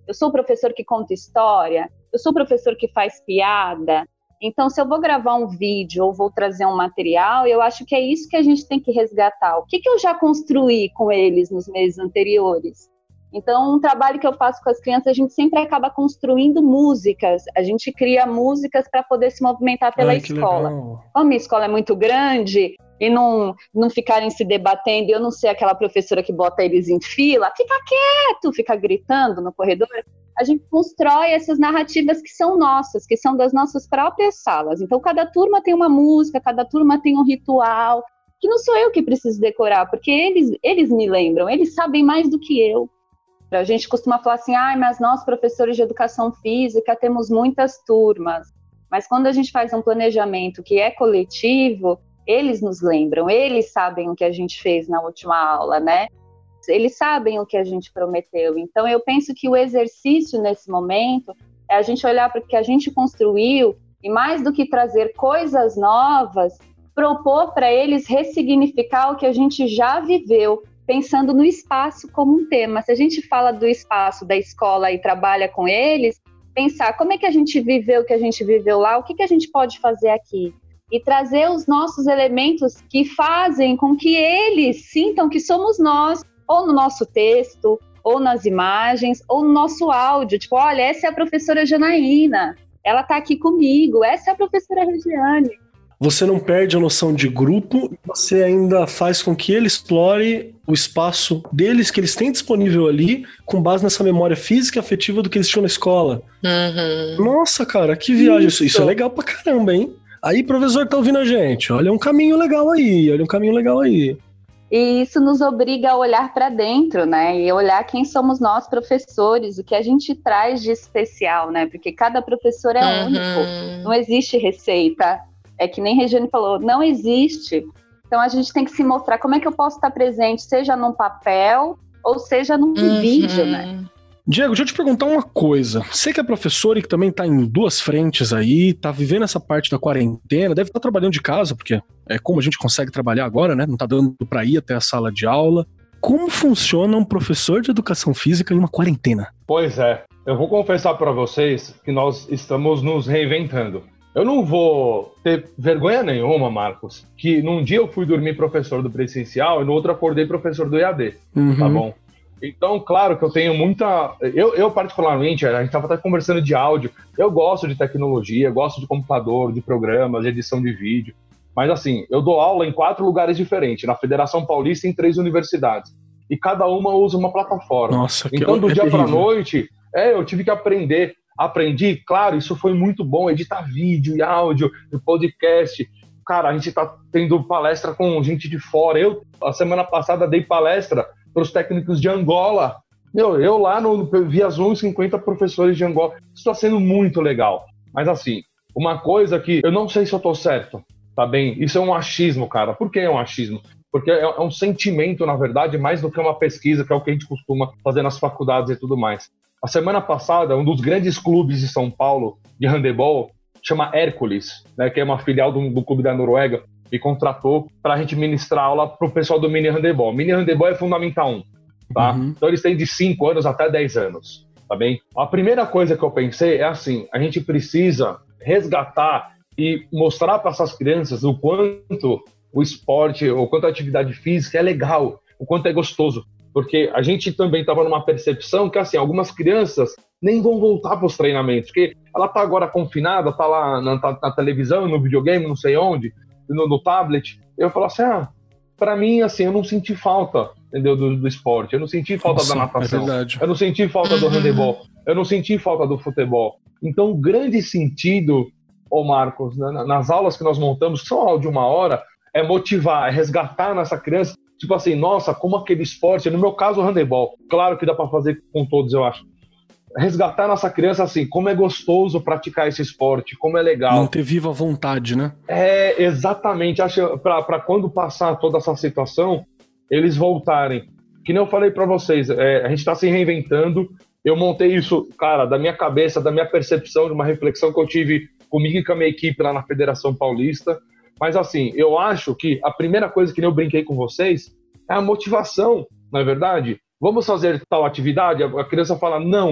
eu sou o professor que conta história, eu sou o professor que faz piada. Então, se eu vou gravar um vídeo ou vou trazer um material, eu acho que é isso que a gente tem que resgatar. O que, que eu já construí com eles nos meses anteriores? Então, um trabalho que eu faço com as crianças, a gente sempre acaba construindo músicas. A gente cria músicas para poder se movimentar pela Ai, escola. Como a minha escola é muito grande e não, não ficarem se debatendo, eu não ser aquela professora que bota eles em fila, fica quieto, fica gritando no corredor. A gente constrói essas narrativas que são nossas, que são das nossas próprias salas. Então, cada turma tem uma música, cada turma tem um ritual, que não sou eu que preciso decorar, porque eles, eles me lembram, eles sabem mais do que eu. A gente costuma falar assim, ah, mas nós, professores de educação física, temos muitas turmas. Mas quando a gente faz um planejamento que é coletivo, eles nos lembram, eles sabem o que a gente fez na última aula, né? Eles sabem o que a gente prometeu. Então, eu penso que o exercício nesse momento é a gente olhar para o que a gente construiu e, mais do que trazer coisas novas, propor para eles ressignificar o que a gente já viveu, pensando no espaço como um tema. Se a gente fala do espaço da escola e trabalha com eles, pensar como é que a gente viveu o que a gente viveu lá, o que, que a gente pode fazer aqui? E trazer os nossos elementos que fazem com que eles sintam que somos nós, ou no nosso texto, ou nas imagens, ou no nosso áudio. Tipo, olha, essa é a professora Janaína, ela está aqui comigo, essa é a professora Regiane. Você não perde a noção de grupo, você ainda faz com que ele explore o espaço deles, que eles têm disponível ali, com base nessa memória física e afetiva do que eles tinham na escola. Uhum. Nossa, cara, que viagem. Isso, isso é legal pra caramba, hein? Aí, professor, tá ouvindo a gente? Olha um caminho legal aí, olha um caminho legal aí. E isso nos obriga a olhar para dentro, né? E olhar quem somos nós, professores, o que a gente traz de especial, né? Porque cada professor é Uhum. único, não existe receita. É que nem Regiane falou, não existe. Então a gente tem que se mostrar como é que eu posso estar presente, seja num papel ou seja num Uhum. vídeo, né? Diego, deixa eu te perguntar uma coisa. Você que é professor e que também tá em duas frentes aí, tá vivendo essa parte da quarentena, deve estar trabalhando de casa, porque é como a gente consegue trabalhar agora, né? Não tá dando pra ir até a sala de aula. Como funciona um professor de educação física em uma quarentena? Pois é, eu vou confessar para vocês que nós estamos nos reinventando. Eu não vou ter vergonha nenhuma, Marcos, que num dia eu fui dormir professor do presencial e no outro acordei professor do E A D, Uhum. tá bom? Então, claro que eu tenho muita... Eu, eu particularmente, a gente estava até conversando de áudio, eu gosto de tecnologia, gosto de computador, de programas, de edição de vídeo, mas assim, eu dou aula em quatro lugares diferentes, na Federação Paulista e em três universidades, e cada uma usa uma plataforma. Nossa, que então, do é dia para terrível. noite, é, eu tive que aprender. Aprendi, claro, isso foi muito bom, editar vídeo e áudio, e podcast. Cara, a gente tá tendo palestra com gente de fora. Eu, a semana passada, dei palestra para os técnicos de Angola. Meu, eu lá no via Zoom, cinquenta professores de Angola. Isso está sendo muito legal. Mas assim, uma coisa que eu não sei se eu tô certo, tá bem? Isso é um achismo, cara. Por que é um achismo? Porque é, é um sentimento, na verdade, mais do que uma pesquisa, que é o que a gente costuma fazer nas faculdades e tudo mais. A semana passada, um dos grandes clubes de São Paulo de handebol, chama Hércules, né, que é uma filial do, do clube da Noruega, me contratou para a gente ministrar aula para o pessoal do mini handebol. Mini handebol é Fundamental um, tá? Uhum. Então eles têm de cinco anos até dez anos, tá bem? A primeira coisa que eu pensei é assim, a gente precisa resgatar e mostrar para essas crianças o quanto o esporte, o quanto a atividade física é legal, o quanto é gostoso. Porque a gente também estava numa percepção que, assim, algumas crianças nem vão voltar para os treinamentos, porque ela está agora confinada, está lá na, tá, na televisão, no videogame, não sei onde, no, no tablet. Eu falo assim, ah, para mim, assim, eu não senti falta, entendeu, do, do esporte, eu não senti falta Nossa, da natação, é verdade. eu não senti falta do Uhum. handebol, eu não senti falta do futebol. Então, o grande sentido, ô Marcos, né, nas aulas que nós montamos, que são aula de uma hora, é motivar, é resgatar nessa criança. Tipo assim, nossa, como aquele esporte, no meu caso o handebol, claro que dá para fazer com todos, eu acho. Resgatar nossa criança assim, como é gostoso praticar esse esporte, como é legal. Manter viva a vontade, né? É, exatamente, acho para quando passar toda essa situação, eles voltarem. Que nem eu falei para vocês, é, a gente está se reinventando, eu montei isso, cara, da minha cabeça, da minha percepção, de uma reflexão que eu tive comigo e com a minha equipe lá na Federação Paulista. Mas assim, eu acho que a primeira coisa que eu brinquei com vocês é a motivação, não é verdade? Vamos fazer tal atividade? A criança fala, não.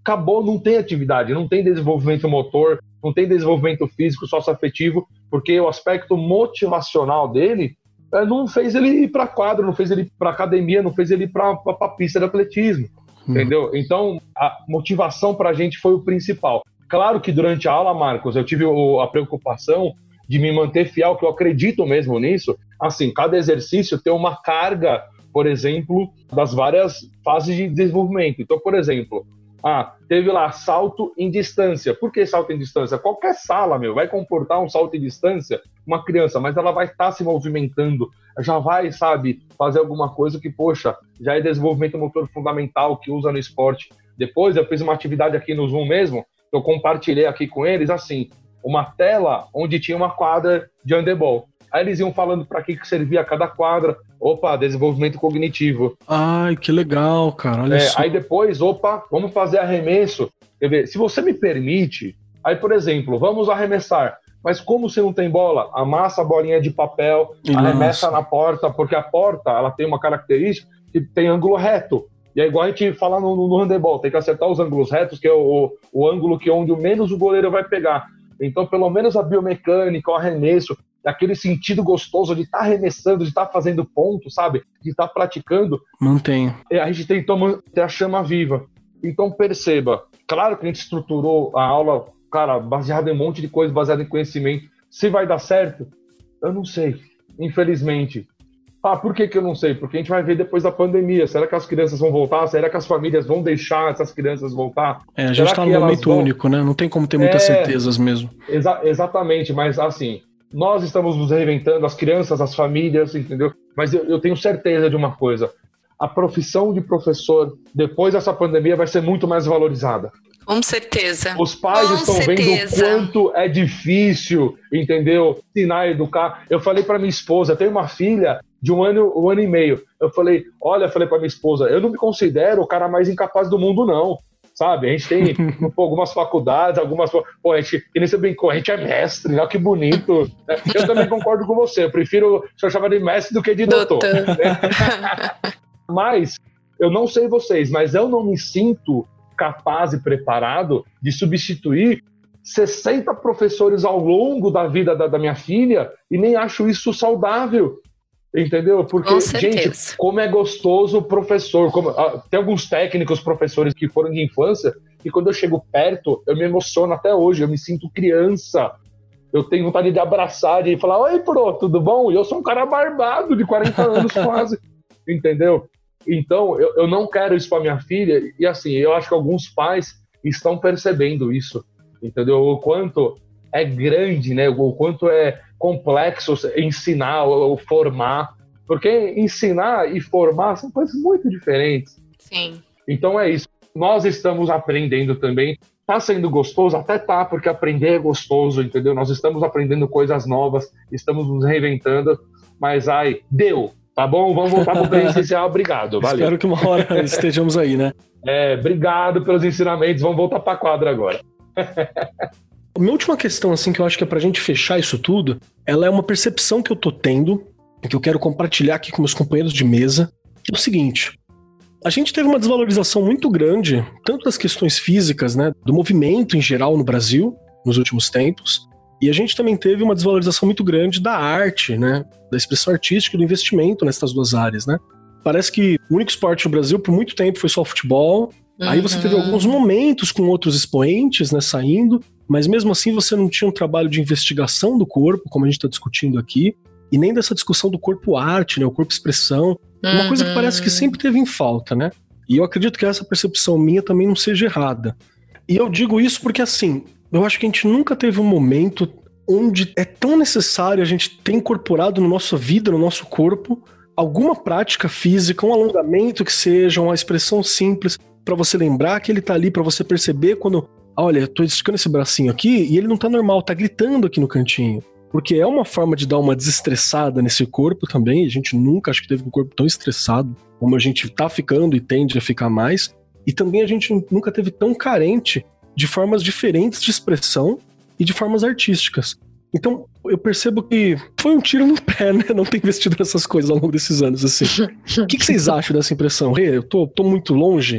acabou, não tem atividade, não tem desenvolvimento motor, não tem desenvolvimento físico, socioafetivo, porque o aspecto motivacional dele não fez ele ir para quadro, não fez ele ir para academia, não fez ele ir para a pista de atletismo, hum. entendeu? Então, a motivação para a gente foi o principal. Claro que durante a aula, Marcos, eu tive a preocupação de me manter fiel, que eu acredito mesmo nisso. Assim, cada exercício tem uma carga, por exemplo, das várias fases de desenvolvimento. Então, por exemplo, ah, teve lá salto em distância. Por que salto em distância? Qualquer sala, meu, vai comportar um salto em distância, uma criança, mas ela vai estar se movimentando, já vai, sabe, fazer alguma coisa que, poxa, já é desenvolvimento motor fundamental que usa no esporte. Depois eu fiz uma atividade aqui no Zoom mesmo, eu compartilhei aqui com eles, assim, uma tela onde tinha uma quadra de handebol. Aí eles iam falando para que que servia cada quadra. Opa, desenvolvimento cognitivo. Ai, que legal, cara, olha é, só. Aí depois, opa, vamos fazer arremesso. Quer ver, se você me permite, aí, por exemplo, vamos arremessar. Mas como você não tem bola, amassa a bolinha de papel, Nossa. arremessa na porta, porque a porta ela tem uma característica que tem ângulo reto. E é igual a gente fala no, no handebol, tem que acertar os ângulos retos, que é o, o ângulo que onde menos o goleiro vai pegar. Então, pelo menos a biomecânica, o arremesso, aquele sentido gostoso de estar tá arremessando, de estar tá fazendo ponto, sabe? De estar tá praticando. Mantém. A gente tentou manter a chama viva. Então, perceba, claro que a gente estruturou a aula, cara, baseada em um monte de coisa, baseada em conhecimento. Se vai dar certo? Eu não sei, infelizmente. Ah, por que que eu não sei? Porque a gente vai ver depois da pandemia. Será que as crianças vão voltar? Será que as famílias vão deixar essas crianças voltar? É, a gente está num momento vão... único, né? Não tem como ter muitas é, certezas mesmo. Exa- exatamente, mas assim, nós estamos nos reinventando, as crianças, as famílias, entendeu? Mas eu, eu tenho certeza de uma coisa. A profissão de professor, depois dessa pandemia, vai ser muito mais valorizada. Com certeza. Os pais Com estão certeza. vendo o quanto é difícil, entendeu? Ensinar, educar. Eu falei para minha esposa, eu tenho uma filha de um ano, um ano e meio. Eu falei, olha, eu falei para minha esposa, eu não me considero o cara mais incapaz do mundo, não. Sabe? A gente tem pô, algumas faculdades, algumas... Pô, a gente, que nem você brincou, a gente é mestre, né? Que bonito. Eu também concordo com você, eu prefiro ser chamado de mestre do que de doutor. doutor. Né? Mas, eu não sei vocês, mas eu não me sinto capaz e preparado de substituir sessenta professores ao longo da vida da, da minha filha e nem acho isso saudável, entendeu? Porque, gente, como é gostoso o professor, como, ah, tem alguns técnicos, professores que foram de infância e quando eu chego perto, eu me emociono até hoje, eu me sinto criança, eu tenho vontade de abraçar e falar, oi, pro, tudo bom? E eu sou um cara barbado de quarenta anos quase, entendeu? Então, eu, eu não quero isso para minha filha, e assim, eu acho que alguns pais estão percebendo isso, entendeu? O quanto é grande, né? O quanto é complexo ensinar ou formar, porque ensinar e formar são coisas muito diferentes. Sim. Então é isso. Nós estamos aprendendo também. Tá sendo gostoso? Até tá, porque aprender é gostoso, entendeu? Nós estamos aprendendo coisas novas, estamos nos reinventando, mas ai, deu! Tá bom? Vamos voltar para o presencial. Obrigado. Valeu. Espero que uma hora estejamos aí, né? É, obrigado pelos ensinamentos. Vamos voltar para a quadra agora. A minha última questão, assim, que eu acho que é pra gente fechar isso tudo, ela é uma percepção que eu tô tendo, que eu quero compartilhar aqui com meus companheiros de mesa, que é o seguinte. A gente teve uma desvalorização muito grande, tanto das questões físicas, né, do movimento em geral no Brasil, nos últimos tempos, e a gente também teve uma desvalorização muito grande da arte, né, da expressão artística e do investimento nessas duas áreas, né. Parece que o único esporte no Brasil por muito tempo foi só o futebol, uhum. Aí você teve alguns momentos com outros expoentes, né, saindo, mas mesmo assim você não tinha um trabalho de investigação do corpo, como a gente está discutindo aqui, e nem dessa discussão do corpo-arte, né, o corpo-expressão, uhum. Uma coisa que parece que sempre teve em falta, né, e eu acredito que essa percepção minha também não seja errada. E eu digo isso porque, assim, eu acho que a gente nunca teve um momento onde é tão necessário a gente ter incorporado na nossa vida, no nosso corpo, alguma prática física, um alongamento que seja, uma expressão simples, para você lembrar que ele tá ali, para você perceber quando, olha, eu tô esticando esse bracinho aqui e ele não tá normal, tá gritando aqui no cantinho. Porque é uma forma de dar uma desestressada nesse corpo também, a gente nunca acho que teve um corpo tão estressado como a gente tá ficando e tende a ficar mais, e também a gente nunca teve tão carente de formas diferentes de expressão e de formas artísticas. Então, eu percebo que foi um tiro no pé, né? Não ter investido nessas coisas ao longo desses anos, assim. O que, que vocês acham dessa impressão? Rê, eu tô, tô muito longe?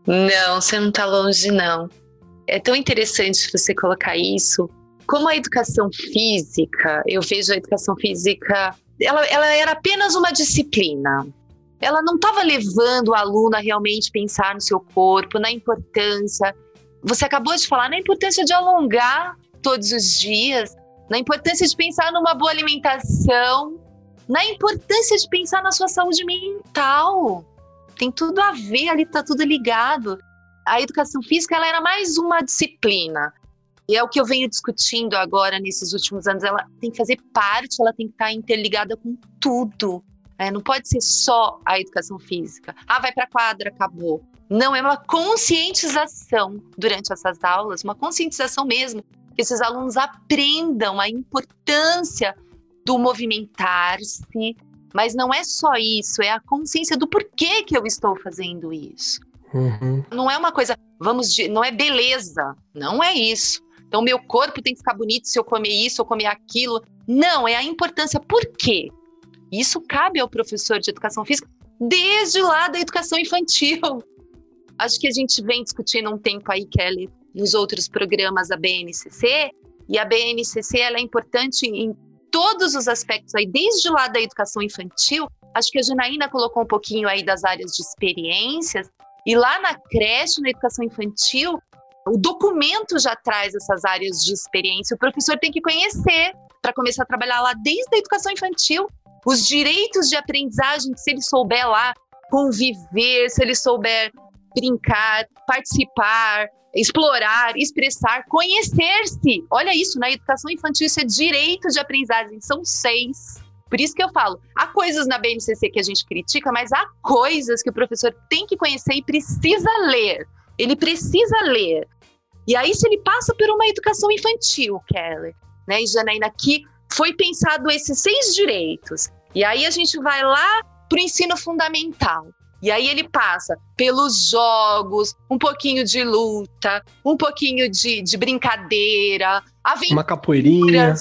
Não, você não está longe, não. É tão interessante você colocar isso. Como a educação física, eu vejo a educação física, ela, ela era apenas uma disciplina. Ela não estava levando o aluno a realmente pensar no seu corpo, na importância. Você acabou de falar na importância de alongar todos os dias, na importância de pensar numa boa alimentação, na importância de pensar na sua saúde mental. Tem tudo a ver, ali está tudo ligado. A educação física ela era mais uma disciplina. E é o que eu venho discutindo agora nesses últimos anos. Ela tem que fazer parte, ela tem que estar interligada com tudo. É, não pode ser só a educação física. Ah, vai para a quadra, acabou. Não, é uma conscientização durante essas aulas, uma conscientização mesmo, que esses alunos aprendam a importância do movimentar-se, mas não é só isso, é a consciência do porquê que eu estou fazendo isso. Uhum. Não é uma coisa, vamos, de, não é beleza, não é isso. Então, meu corpo tem que ficar bonito se eu comer isso ou comer aquilo. Não, é a importância. Por quê? Isso cabe ao professor de educação física desde lá da educação infantil. Acho que a gente vem discutindo um tempo aí, Kelly, nos outros programas da B N C C, e a B N C C ela é importante em todos os aspectos aí, desde lá da educação infantil. Acho que a Janaína colocou um pouquinho aí das áreas de experiências, e lá na creche, na educação infantil, o documento já traz essas áreas de experiência. O professor tem que conhecer para começar a trabalhar lá desde a educação infantil. Os direitos de aprendizagem, se ele souber lá conviver, se ele souber brincar, participar, explorar, expressar, conhecer-se. Olha isso, na educação infantil isso é direito de aprendizagem, são seis. Por isso que eu falo, há coisas na B N C C que a gente critica, mas há coisas que o professor tem que conhecer e precisa ler. Ele precisa ler. E aí, se ele passa por uma educação infantil, Kelly, né, e Janaína, que foi pensado esses seis direitos. E aí a gente vai lá para o ensino fundamental. E aí ele passa pelos jogos, um pouquinho de luta, um pouquinho de, de brincadeira, aventuras. Uma capoeirinha.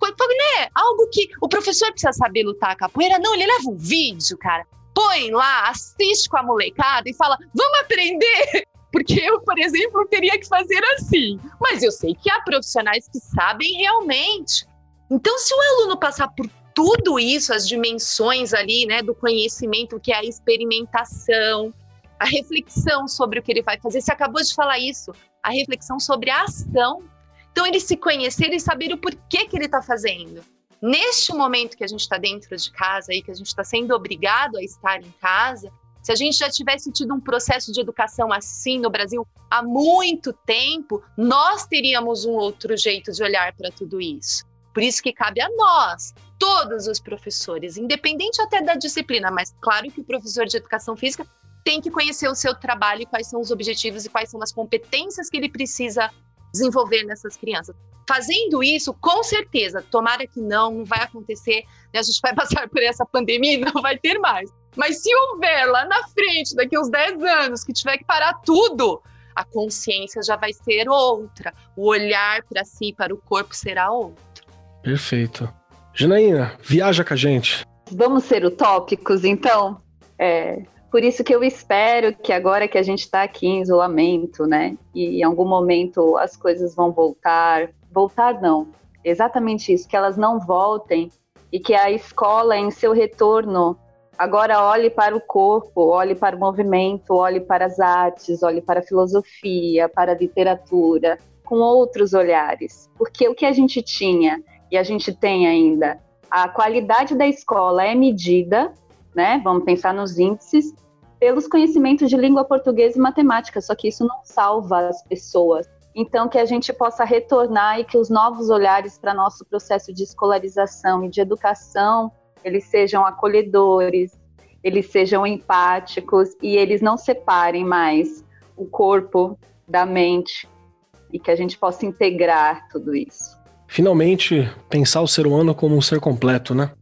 Né? Algo que o professor precisa saber lutar a capoeira. Não, ele leva um vídeo, cara. Põe lá, assiste com a molecada e fala, vamos aprender? Porque eu, por exemplo, teria que fazer assim. Mas eu sei que há profissionais que sabem realmente. Então, se o aluno passar por tudo isso, as dimensões ali, né, do conhecimento, que é a experimentação, a reflexão sobre o que ele vai fazer, você acabou de falar isso, a reflexão sobre a ação. Então, ele se conhecer e saber o porquê que ele está fazendo. Neste momento que a gente está dentro de casa, aí, que a gente está sendo obrigado a estar em casa, se a gente já tivesse tido um processo de educação assim no Brasil há muito tempo, nós teríamos um outro jeito de olhar para tudo isso. Por isso que cabe a nós, todos os professores, independente até da disciplina, mas claro que o professor de educação física tem que conhecer o seu trabalho, quais são os objetivos e quais são as competências que ele precisa desenvolver nessas crianças. Fazendo isso, com certeza, tomara que não, não vai acontecer, né? A gente vai passar por essa pandemia e não vai ter mais. Mas se houver lá na frente, daqui uns dez anos, que tiver que parar tudo, a consciência já vai ser outra, o olhar para si, para o corpo será outro. Perfeito. Janaína, viaja com a gente. Vamos ser utópicos, então? É, por isso que eu espero que agora que a gente está aqui em isolamento, né, e em algum momento as coisas vão voltar, voltar não, exatamente isso, que elas não voltem e que a escola em seu retorno agora olhe para o corpo, olhe para o movimento, olhe para as artes, olhe para a filosofia, para a literatura, com outros olhares. Porque o que a gente tinha e a gente tem ainda, a qualidade da escola é medida, né? Vamos pensar nos índices, pelos conhecimentos de língua portuguesa e matemática, só que isso não salva as pessoas. Então, que a gente possa retornar e que os novos olhares para nosso processo de escolarização e de educação, eles sejam acolhedores, eles sejam empáticos e eles não separem mais o corpo da mente e que a gente possa integrar tudo isso. Finalmente, pensar o ser humano como um ser completo, né?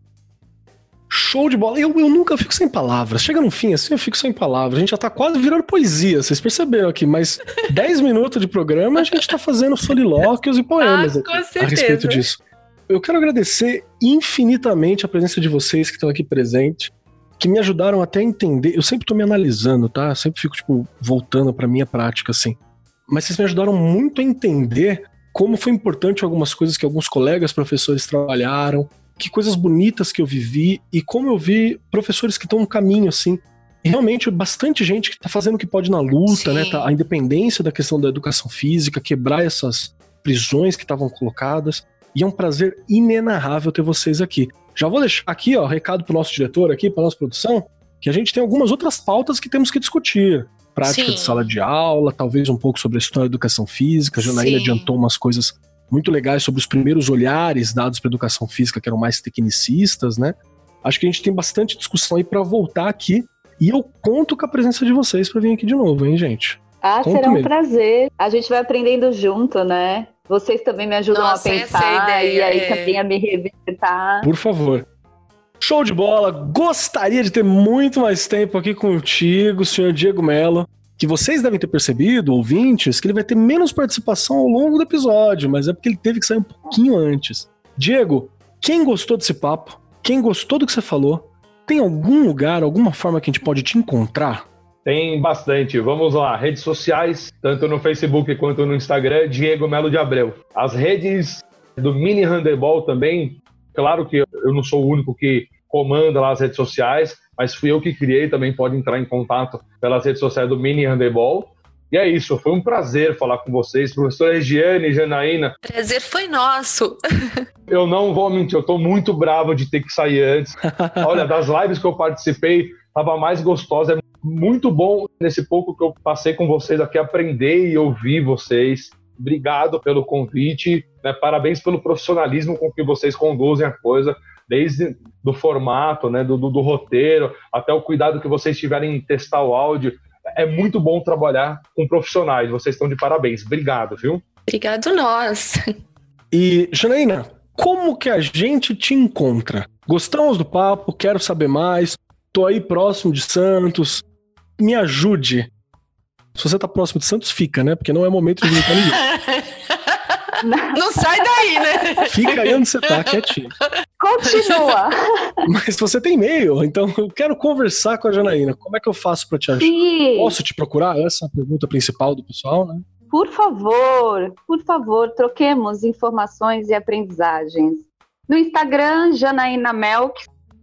Show de bola. Eu, eu nunca fico sem palavras. Chega no fim, assim, eu fico sem palavras. A gente já tá quase virando poesia, vocês perceberam aqui, mas dez minutos de programa a gente tá fazendo solilóquios e poemas ah, aqui, a respeito disso. Eu quero agradecer infinitamente a presença de vocês que estão aqui presentes. que me ajudaram até a entender. Eu sempre tô me analisando, tá? Eu sempre fico, tipo, voltando pra minha prática, assim. Mas vocês me ajudaram muito a entender como foi importante algumas coisas que alguns colegas professores trabalharam, que coisas bonitas que eu vivi e como eu vi professores que estão no caminho, assim. E realmente, bastante gente que tá fazendo o que pode na luta, Sim. né? Tá, a independência da questão da educação física, quebrar essas prisões que estavam colocadas. E é um prazer inenarrável ter vocês aqui. Já vou deixar aqui, ó, recado pro nosso diretor aqui, pra nossa produção, que a gente tem algumas outras pautas que temos que discutir. Prática Sim. de sala de aula, talvez um pouco sobre a história da educação física. A Janaína Sim. adiantou umas coisas muito legais sobre os primeiros olhares dados para educação física, que eram mais tecnicistas, né? Acho que a gente tem bastante discussão aí para voltar aqui. E eu conto com a presença de vocês para vir aqui de novo, hein, gente? Ah, Conto será um mesmo. prazer. A gente vai aprendendo junto, né? Vocês também me ajudam Nossa, a pensar ideia, e aí é. também a me revisitar. Por favor. Show de bola. Gostaria de ter muito mais tempo aqui contigo, senhor Diego Mello, que vocês devem ter percebido, ouvintes, que ele vai ter menos participação ao longo do episódio, mas é porque ele teve que sair um pouquinho antes. Diego, quem gostou desse papo, quem gostou do que você falou, tem algum lugar, alguma forma que a gente pode te encontrar? Tem bastante. Vamos lá. Redes sociais, tanto no Facebook quanto no Instagram, Diego Melo de Abreu. As redes do Mini Handebol também, claro que eu não sou o único que comanda lá as redes sociais, mas fui eu que criei, também pode entrar em contato pelas redes sociais do Mini Handebol. E é isso, foi um prazer falar com vocês, professora Regiane, Janaína. Prazer foi nosso. Eu não vou mentir, eu tô muito bravo de ter que sair antes. Olha, das lives que eu participei, tava mais gostosa, é muito bom nesse pouco que eu passei com vocês aqui, aprender e ouvir vocês. Obrigado pelo convite, né? Parabéns pelo profissionalismo com que vocês conduzem a coisa, desde do formato, né? do, do, do roteiro, até o cuidado que vocês tiverem em testar o áudio. É muito bom trabalhar com profissionais, vocês estão de parabéns. Obrigado, viu? Obrigado nós. E, Janaína, como que a gente te encontra? Gostamos do papo, quero saber mais, tô aí próximo de Santos, me ajude. Se você tá próximo de Santos, fica, né? Porque não é momento de visitar ninguém. Não sai daí, né? Fica aí onde você tá, quietinho. Continua. Mas você tem e-mail, então eu quero conversar com a Janaína. Como é que eu faço pra te ajudar? Sim. Posso te procurar? Essa é a pergunta principal do pessoal, né? Por favor, por favor, troquemos informações e aprendizagens. No Instagram, Janaína Melks,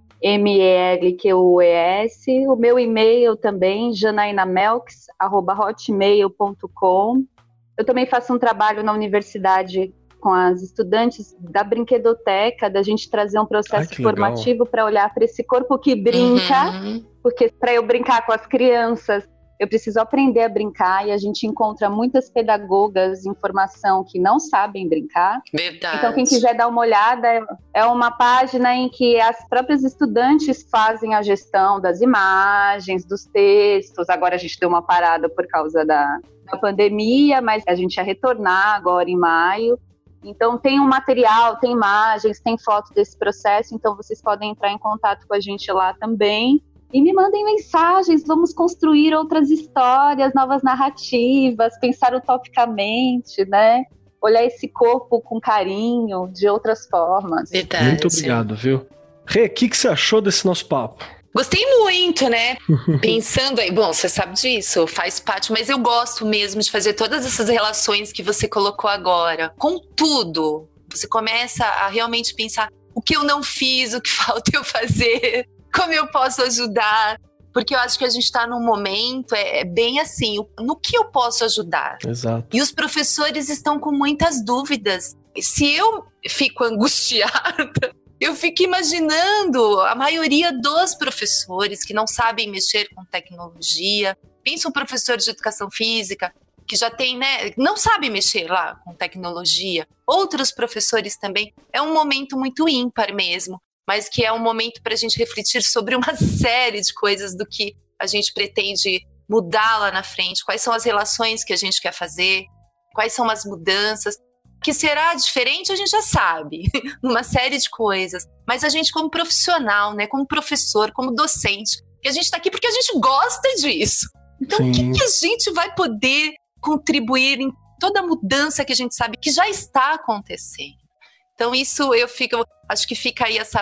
M E L Q U E S. O meu e-mail também, janaínamelks arroba hotmail ponto com. Eu também faço um trabalho na universidade com as estudantes da brinquedoteca, da gente trazer um processo Ai, formativo para olhar para esse corpo que brinca, uhum. porque para eu brincar com as crianças, eu preciso aprender a brincar, e a gente encontra muitas pedagogas em formação que não sabem brincar. Verdade. Então, quem quiser dar uma olhada, é uma página em que as próprias estudantes fazem a gestão das imagens, dos textos. Agora a gente deu uma parada por causa da, da pandemia, mas a gente ia retornar agora em maio. Então, tem um material, tem imagens, tem foto desse processo, então vocês podem entrar em contato com a gente lá também. E me mandem mensagens, vamos construir outras histórias, novas narrativas, pensar utopicamente, né? Olhar esse corpo com carinho, de outras formas. Verdade. Muito obrigado, viu? Rê, o que, que você achou desse nosso papo? Gostei muito, né? Pensando aí, bom, você sabe disso, faz parte, mas eu gosto mesmo de fazer todas essas relações que você colocou agora. Com tudo, você começa a realmente pensar o que eu não fiz, o que falta eu fazer, como eu posso ajudar. Porque eu acho que a gente está num momento, é, é bem assim, no que eu posso ajudar? Exato. E os professores estão com muitas dúvidas. Se eu fico angustiada, eu fico imaginando a maioria dos professores que não sabem mexer com tecnologia. Pensa um professor de educação física que já tem, né, não sabe mexer lá com tecnologia. Outros professores também. É um momento muito ímpar mesmo, mas que é um momento para a gente refletir sobre uma série de coisas do que a gente pretende mudar lá na frente. Quais são as relações que a gente quer fazer? Quais são as mudanças? Que será diferente, a gente já sabe, numa série de coisas. Mas a gente como profissional, né, como professor, como docente, que a gente está aqui porque a gente gosta disso. Então, Sim. o que, que a gente vai poder contribuir em toda a mudança que a gente sabe que já está acontecendo? Então, isso eu fico, acho que fica aí essa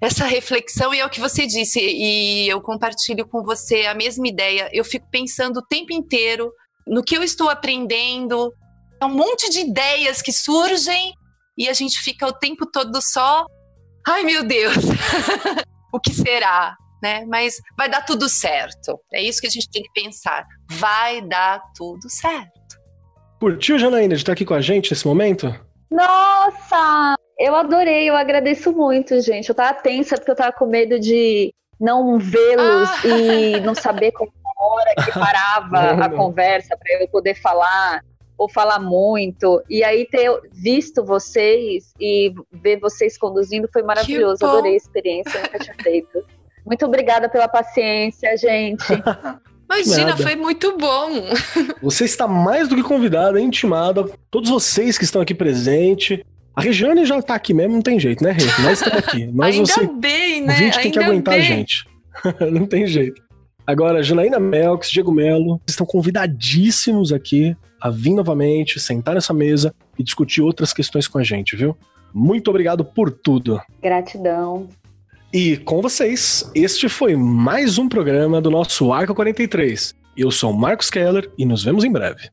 essa reflexão, e é o que você disse, e eu compartilho com você a mesma ideia. Eu fico pensando o tempo inteiro no que eu estou aprendendo, é um monte de ideias que surgem e a gente fica o tempo todo só, ai meu Deus, o que será, né? Mas vai dar tudo certo, é isso que a gente tem que pensar, vai dar tudo certo. Curtiu, Janaína, de estar aqui com a gente nesse momento? Nossa, eu adorei, eu agradeço muito, gente. Eu tava tensa porque eu tava com medo de não vê-los ah. e não saber como a hora que parava não, a não. conversa para eu poder falar ou falar muito. E aí ter visto vocês e ver vocês conduzindo foi maravilhoso. Adorei a experiência, nunca tinha feito. Muito obrigada pela paciência, gente. Imagina, Nada. Foi muito bom. Você está mais do que convidada, intimada. Todos vocês que estão aqui presentes. A Regiane já está aqui mesmo, não tem jeito, né, Rê? Nós estamos aqui. Nós, Ainda você, bem, né? O vídeo tem Ainda que aguentar bem. a gente. Não tem jeito. Agora, Janaína Melks, Diego Melo, estão convidadíssimos aqui a vir novamente, sentar nessa mesa e discutir outras questões com a gente, viu? Muito obrigado por tudo. Gratidão. E com vocês, este foi mais um programa do nosso Arco quarenta e três. Eu sou o Marcos Keller e nos vemos em breve.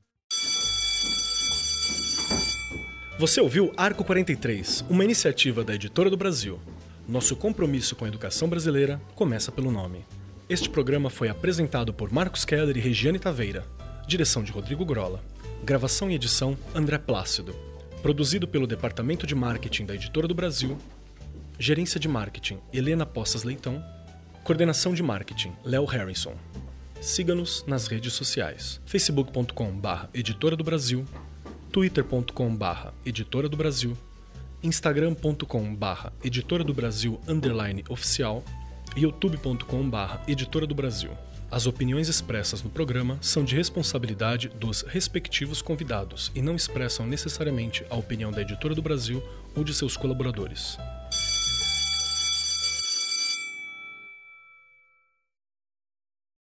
Você ouviu Arco quarenta e três, uma iniciativa da Editora do Brasil. Nosso compromisso com a educação brasileira começa pelo nome. Este programa foi apresentado por Marcos Keller e Regiane Taveira. Direção de Rodrigo Grola. Gravação e edição André Plácido. Produzido pelo Departamento de Marketing da Editora do Brasil. Gerência de Marketing, Helena Poças Leitão. Coordenação de Marketing, Léo Harrison. Siga-nos nas redes sociais. facebook ponto com barra editora do Brasil, twitter ponto com barra editora do Brasil, instagram ponto com barra editora do Brasil underline oficial e youtube ponto com barra editora do Brasil. As opiniões expressas no programa são de responsabilidade dos respectivos convidados e não expressam necessariamente a opinião da Editora do Brasil ou de seus colaboradores.